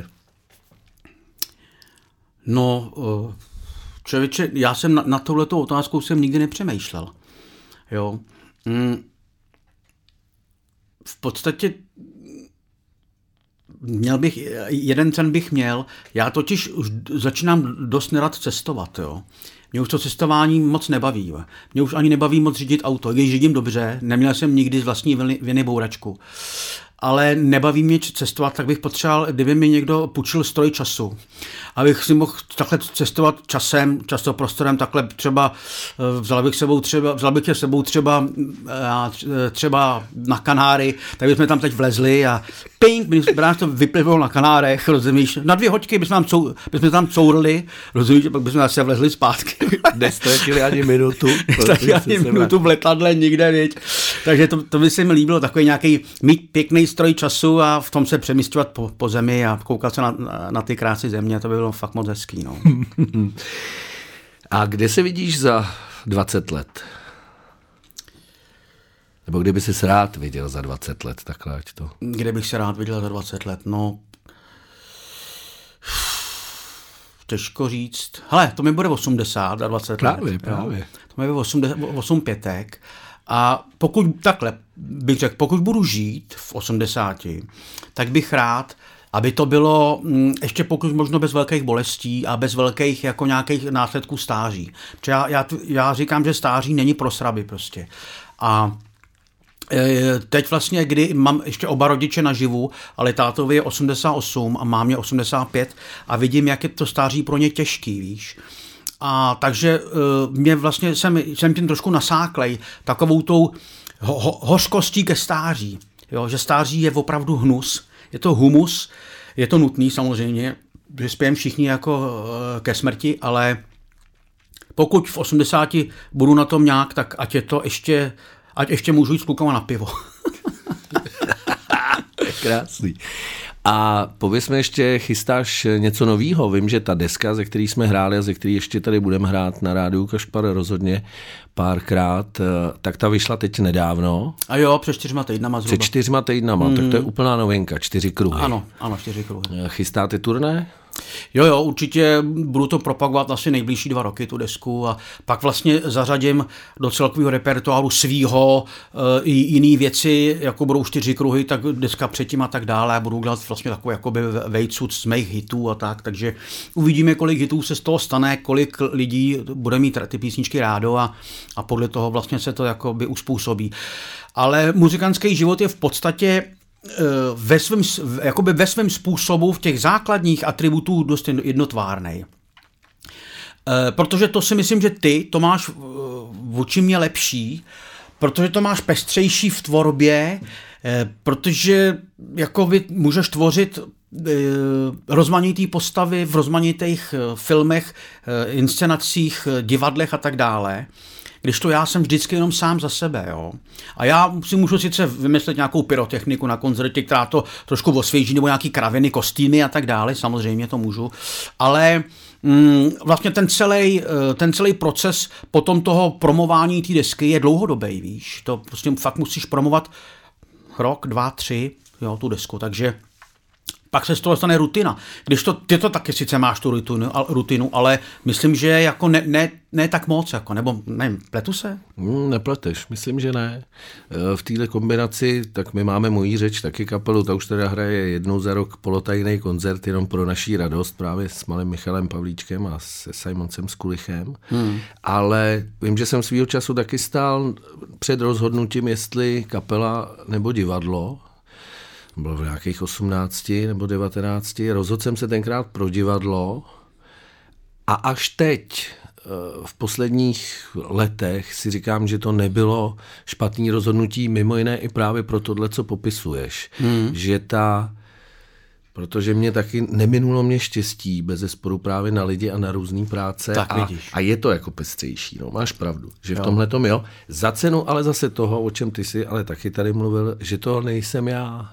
No, člověče, já jsem na, na touhletou otázkou jsem nikdy nepřemýšlel. Jo. V podstatě měl bych, jeden sen bych měl, já totiž už začínám dost nerad cestovat, jo. Mě už to cestování moc nebaví. Mě už ani nebaví moc řídit auto. Když řídím dobře, neměl jsem nikdy z vlastní viny, viny bouračku. Ale nebaví mě cestovat, tak bych potřeboval, kdyby mi někdo půjčil stroj času. Abych si mohl takhle cestovat časem, časoprostorem, takhle třeba vzal bych sebou třeba, vzal bych tě sebou třeba, třeba na Kanáry, tak bychom tam teď vlezli a ping, my nás to vyplivilo na Kanárech, rozumíš, na dvě hoďky bychom tam, cou, bychom tam courli, rozumíš, pak bychom zase vlezli zpátky. Nestratili ani minutu. Nestratili ani minutu v letadle nikde, viď. Takže to, to by se mi líbilo, takový nějaký mít pěkný stroj času a v tom se přemysťovat po, po zemi a koukat se na, na, na ty krásy země, to by bylo fakt moc hezký. No. A kde se vidíš za dvacet let? Nebo kde by jsi rád viděl za dvacet let, takhle ať to... Kde bych se rád viděl za dvacet let, no... Těžko říct. Hele, to mi bude osmdesát za dvacet právě, let. Právě, jo. To mi bude osmdesát, osm pětek. A pokud, takhle bych řekl, pokud budu žít v osmdesáti, tak bych rád, aby to bylo ještě pokud možno bez velkých bolestí a bez velkých jako nějakých následků stáří. Protože já, já, já říkám, že stáří není pro sraby prostě. A teď vlastně, kdy mám ještě oba rodiče naživu, ale tátovi je osmdesát osm a mámě osmdesát pět a vidím, jak je to stáří pro ně těžký, víš. A takže mě vlastně jsem, jsem tím trošku nasáklej takovou tou ho, ho, hořkostí ke stáří. Jo, že stáří je opravdu hnus, je to humus, je to nutný samozřejmě, že spějem všichni jako ke smrti, ale pokud v osmdesáti budu na tom nějak, tak ať je to ještě... Ať ještě můžu jít s klukama na pivo. Krásný. A pověz mi ještě, chystáš něco novýho? Vím, že ta deska, ze který jsme hráli a ze který ještě tady budeme hrát na rádiu Kašpar rozhodně párkrát, tak ta vyšla teď nedávno. A jo, před čtyřma týdnama zhruba. Před čtyřma týdnama, mm. tak to je úplná novinka, čtyři kruhy. Ano, ano, čtyři kruhy. Chystáte turné? Jo, jo, určitě budu to propagovat asi nejbližší dva roky, tu desku, a pak vlastně zařadím do celkového repertoáru svýho i jiný věci, jako budou čtyři kruhy, tak deska předtím a tak dále, a budu dělat vlastně takový jakoby vejcud z mých hitů a tak, takže uvidíme, kolik hitů se z toho stane, kolik lidí bude mít ty písničky rádo a, a podle toho vlastně se to jakoby uspůsobí. Ale muzikantský život je v podstatě ve svém, jakoby ve svém způsobu v těch základních atributů dost jednotvárnej. Protože to si myslím, že ty to máš vůči mě lepší, protože to máš pestřejší v tvorbě, protože jakoby můžeš tvořit rozmanitý postavy v rozmanitých filmech, inscenacích, divadlech a tak dále. Když to já jsem vždycky jenom sám za sebe, jo. A já si můžu sice vymyslet nějakou pyrotechniku na koncertě, která to trošku osvěží, nebo nějaký kraviny, kostýmy a tak dále, samozřejmě to můžu, ale mm, vlastně ten celý, ten celý proces potom toho promování té desky je dlouhodobý, víš. To prostě fakt musíš promovat rok, dva, tři, jo, tu desku, takže pak se z toho stane rutina. Když to, ty to taky sice máš tu rutinu, rutinu ale myslím, že jako ne, ne, ne tak moc, jako, nebo nevím, pletu se? Hmm, nepleteš, myslím, že ne. V téhle kombinaci, tak my máme Mojí řeč, taky kapelu, ta už teda hraje jednou za rok polotajný koncert, jenom pro naší radost, právě s malým Michalem Pavlíčkem a se Simoncem Skulichem. Hmm. Ale vím, že jsem svýho času taky stál před rozhodnutím, jestli kapela nebo divadlo. Bylo v nějakých osmnácti nebo devatenácti. Rozhodl jsem se tenkrát pro divadlo a až teď, v posledních letech, si říkám, že to nebylo špatný rozhodnutí, mimo jiné i právě pro tohle, co popisuješ. Hmm. Že ta, protože mě taky neminulo mě štěstí, bezesporu právě na lidi a na různý práce. Tak a, vidíš. a je to jako pestřejší, no, máš pravdu, že v tomhle tom jo. Za cenu ale zase toho, o čem ty jsi ale taky tady mluvil, že to nejsem já.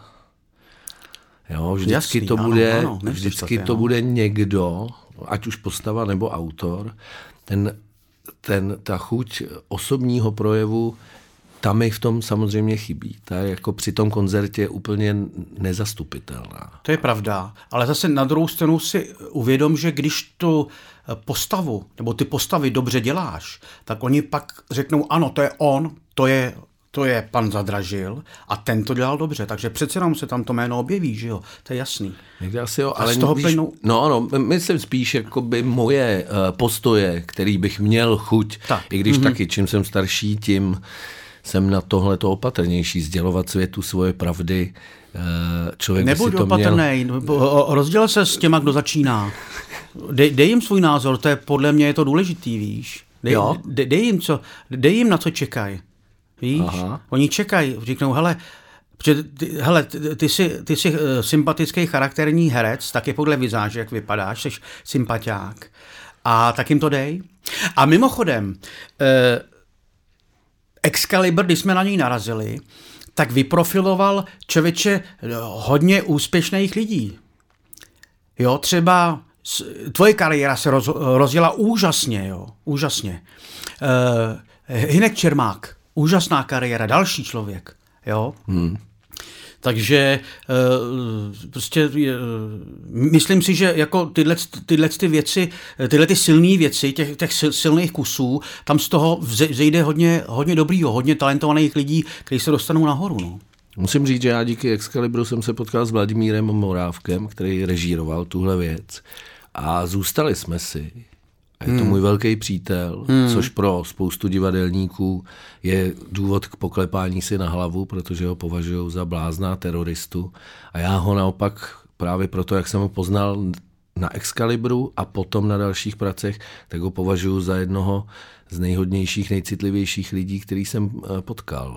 Jo, vždycky Jasný, to bude, ano, ano, vždycky to, to bude někdo, ať už postava nebo autor, ten, ten, ta chuť osobního projevu, tam mi v tom samozřejmě chybí. Ta je jako při tom koncertě úplně nezastupitelná. To je pravda, ale zase na druhou stranu si uvědom, že když tu postavu, nebo ty postavy dobře děláš, tak oni pak řeknou, ano, to je on, to je To je pan Zadražil a ten to dělal dobře, takže přece jenom se tam to jméno objeví, že jo, to je jasný. Někde asi jo, ale z toho víš, plynou... no, no, myslím spíš jakoby moje uh, postoje, který bych měl chuť, tak. i když mm-hmm. taky, čím jsem starší, tím jsem na tohleto opatrnější, sdělovat světu svoje pravdy. Uh, člověk Nebuď by si to opatrnej, měl... rozděl se s těma, kdo začíná. Dej, dej jim svůj názor, to je podle mě je to důležitý, víš. Dej, dej, dej, jim, co, dej jim na co čekají. Víš, aha. Oni čekají, říknou, hele, Protože ty, hele, ty, ty, jsi, ty jsi sympatický charakterní herec, taky podle vizáže, jak vypadáš, jsi sympatiák. A tak jim to dej. A mimochodem, eh, Excalibur, když jsme na něj narazili, tak vyprofiloval člověče hodně úspěšných lidí. Jo, třeba tvoje kariéra se roz, rozjela úžasně, jo, úžasně. Uh, Hynek Čermák, úžasná kariéra, další člověk, jo. Hmm. Takže uh, prostě uh, myslím si, že jako tyhle, tyhle ty věci, tyhle ty silné věci, těch, těch silných kusů, tam z toho vzejde hodně, hodně dobrýho, hodně talentovaných lidí, kteří se dostanou nahoru, no. Musím říct, že já díky Excalibru jsem se potkal s Vladimírem Morávkem, který režíroval tuhle věc a zůstali jsme si. A je to hmm. můj velký přítel, hmm. což pro spoustu divadelníků je důvod k poklepání si na hlavu, protože ho považují za blázna teroristu. A já ho naopak právě proto, jak jsem ho poznal na Excalibru a potom na dalších pracech, tak ho považuji za jednoho z nejhodnějších, nejcitlivějších lidí, který jsem potkal.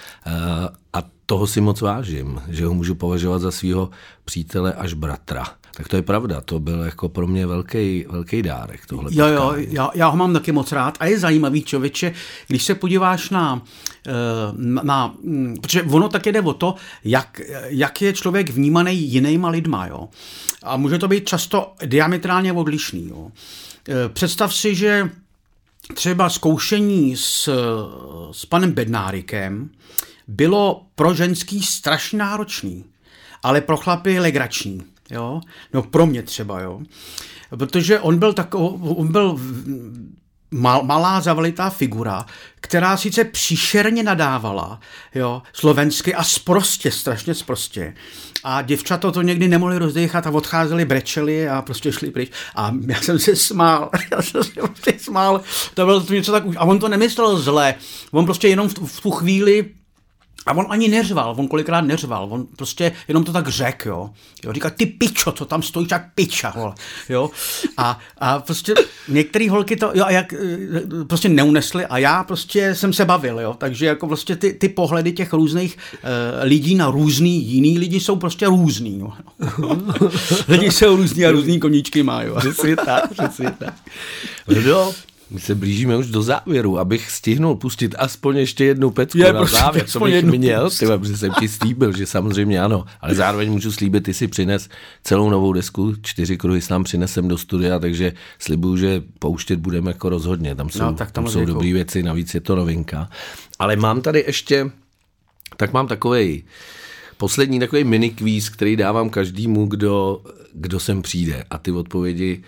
A toho si moc vážím, že ho můžu považovat za svého přítele až bratra. Tak to je pravda, to byl jako pro mě velký, velký dárek tohle Jo, jo, já, já ho mám taky moc rád a je zajímavý, člověče, když se podíváš na, na, na protože ono tak jde o to, jak, jak je člověk vnímaný jinýma lidma, jo. A může to být často diametrálně odlišný, jo. Představ si, že třeba zkoušení s, s panem Bednárikem bylo pro ženský strašně náročný, ale pro chlapy legrační. Jo? No pro mě třeba, jo. Protože on byl takový, on byl mal, malá zavalitá figura, která sice příšerně nadávala, jo, slovensky a sprostě, strašně sprostě. A děvčata to někdy nemohli rozdechat a odcházeli, brečeli a prostě šli pryč. A já jsem se smál, já jsem se prostě smál, to bylo to něco tak, a on to nemyslel zle, on prostě jenom v, v tu chvíli. A on ani neřval, on kolikrát neřval, on prostě jenom to tak řekl, jo. jo říká, ty pičo, co tam stojíš jak piča, vole, jo. A, a prostě některé holky to, jo, a jak prostě neunesly a já prostě jsem se bavil, jo. Takže jako prostě ty, ty pohledy těch různých uh, lidí na různý, jiný lidi jsou prostě různý, jo. Lidi jsou různý a různý koníčky mají, jo. Přesně tak, přesně tak. No. My se blížíme už do závěru, abych stihnul pustit aspoň ještě jednu pecku je, na prostě závěr, co bych jednu měl, tyhle, protože jsem ti slíbil, že samozřejmě ano, ale zároveň můžu slíbit, ty si přines celou novou desku, čtyři kruhy s nám přinesem do studia, takže slibuju, že pouštět budeme jako rozhodně, tam jsou, no, tam tam jsou dobrý věci, navíc je to novinka. Ale mám tady ještě, tak mám takovej poslední takový mini kvíz, který dávám každému, kdo, kdo sem přijde a ty odpovědi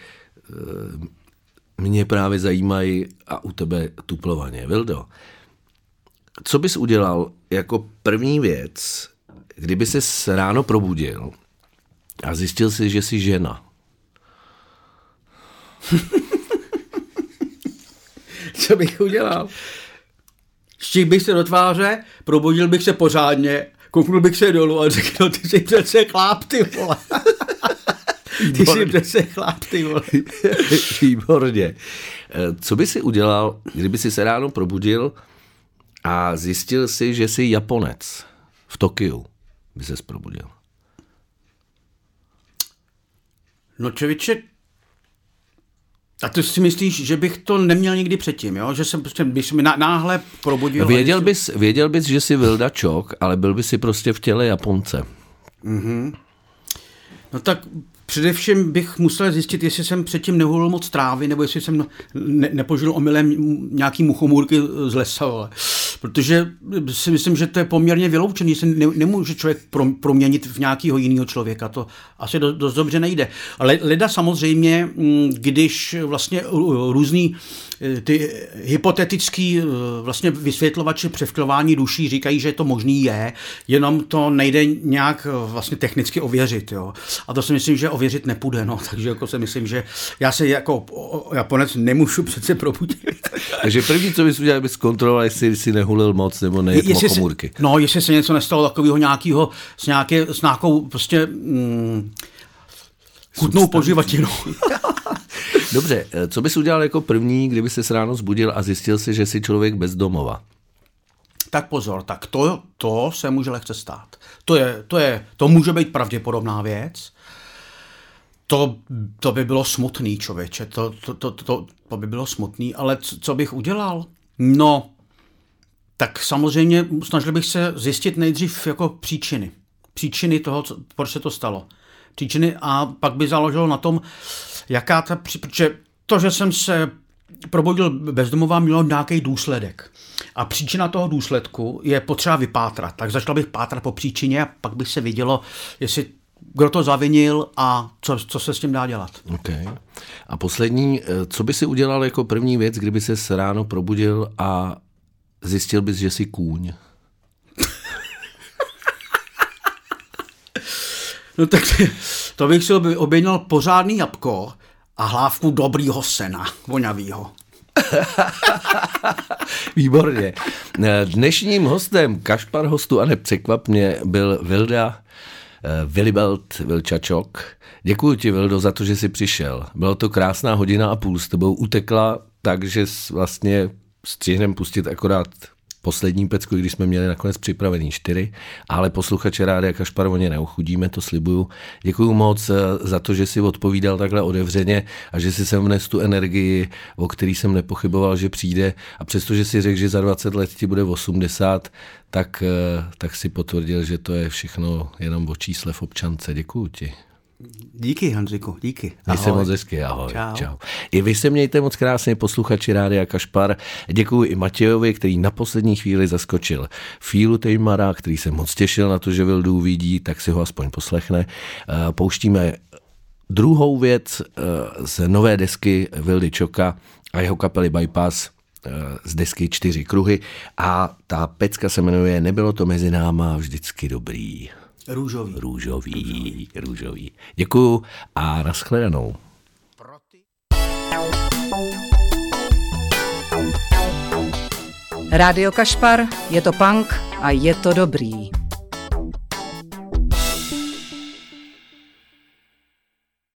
mě právě zajímají a u tebe tuplovaně. Vildo, co bys udělal jako první věc, kdyby ses ráno probudil a zjistil si, že jsi žena? Co bych udělal? Štík bych se do tváře, probudil bych se pořádně, kouknul bych se dolů a řekl, no, ty jsi přece chláp, ty vole. Ty jsi přece chláp, ty vole. Výborně. Co by si udělal, kdyby si se ráno probudil a zjistil si, že jsi Japonec v Tokiu, by ses probudil? No člověče, a ty si myslíš, že bych to neměl nikdy předtím, jo? Že jsem prostě, bych mi náhle probudil. Věděl bys, věděl bys, že jsi Vilda Čok, ale byl by si prostě v těle Japonce. Mhm. No tak především bych musel zjistit, jestli jsem předtím nehulil moc trávy, nebo jestli jsem ne, nepožil omylem nějaký muchomůrky z lesa, ale. Protože si myslím, že to je poměrně vyloučený, že se ne, nemůže člověk proměnit v nějakého jiného člověka, to asi dost, dost dobře nejde. Ale leda samozřejmě, když vlastně různý ty hypotetický vlastně vysvětlovači převklování duší říkají, že to možný je, jenom to nejde nějak vlastně technicky ověřit, jo. A to si myslím, že ověřit nepůjde, no, takže jako si myslím, že já se jako Japonec nemůžu přece probudit. Takže první, co bys udělal, bys kontroloval, jestli si nehulil moc, nebo nejet mochomůrky. No, jestli se něco nestalo takového nějakého, s, nějaké, s nějakou prostě mm, chutnou poživatinou. Dobře, co bys udělal jako první, kdyby ses ráno zbudil a zjistil si, že jsi člověk bez domova? tak pozor, tak to, to se může lehce stát. To, je, to, je, to může být pravděpodobná věc. To, to by bylo smutný, člověče, to, to, to, to, to by bylo smutný, ale co, co bych udělal? No, tak samozřejmě snažil bych se zjistit nejdřív jako příčiny. Příčiny toho, co, proč se to stalo. Příčiny a pak by záleželo na tom, jaká ta, protože to, že jsem se probudil bezdomová, mělo nějaký důsledek. A příčina toho důsledku je potřeba vypátrat. Tak začal bych pátrat po příčině a pak by se vidělo, jestli kdo to zavinil a co, co se s tím dá dělat. Okay. A poslední, co by si udělal jako první věc, kdyby ses ráno probudil a zjistil bys, že jsi kůň? No tak to bych si objednal pořádný jabko a hlávku dobrýho sena, vonavýho. Výborně. Dnešním hostem Kašpar hostu a nepřekvap mě byl Vilda Vilibelt Vilčačok. Děkuji ti, Vildo, za to, že jsi přišel. Bylo to krásná hodina a půl s tebou utekla, takže vlastně střihneme pustit akorát poslední pecku, když jsme měli nakonec připravený čtyři, ale posluchače Rádia Kašpar o ně neuchudíme, to slibuju. Děkuju moc za to, že jsi odpovídal takhle otevřeně a že jsi sem vnes tu energii, o který jsem nepochyboval, že přijde, a přestože si řekl, že za dvacet let ti bude osmdesát, tak, tak si potvrdil, že to je všechno jenom o čísle v občance. Děkuju ti. Díky, Honziku, díky. Ahoj. Měj se moc hezky, ahoj. Čau. Čau. I vy se mějte moc krásně, posluchači Rádia Kašpar. Děkuji i Matějovi, který na poslední chvíli zaskočil Fílu Tejmara, který se moc těšil na to, že Vildu uvidí, tak si ho aspoň poslechne. Pouštíme druhou věc z nové desky Vildy Čoka a jeho kapely Bypass z desky Čtyři kruhy a ta pecka se jmenuje Nebylo to mezi náma vždycky dobrý. Růžový. Růžový, růžový, růžový. Děkuju a nashledanou. Rádio Kašpar, je to punk a je to dobrý.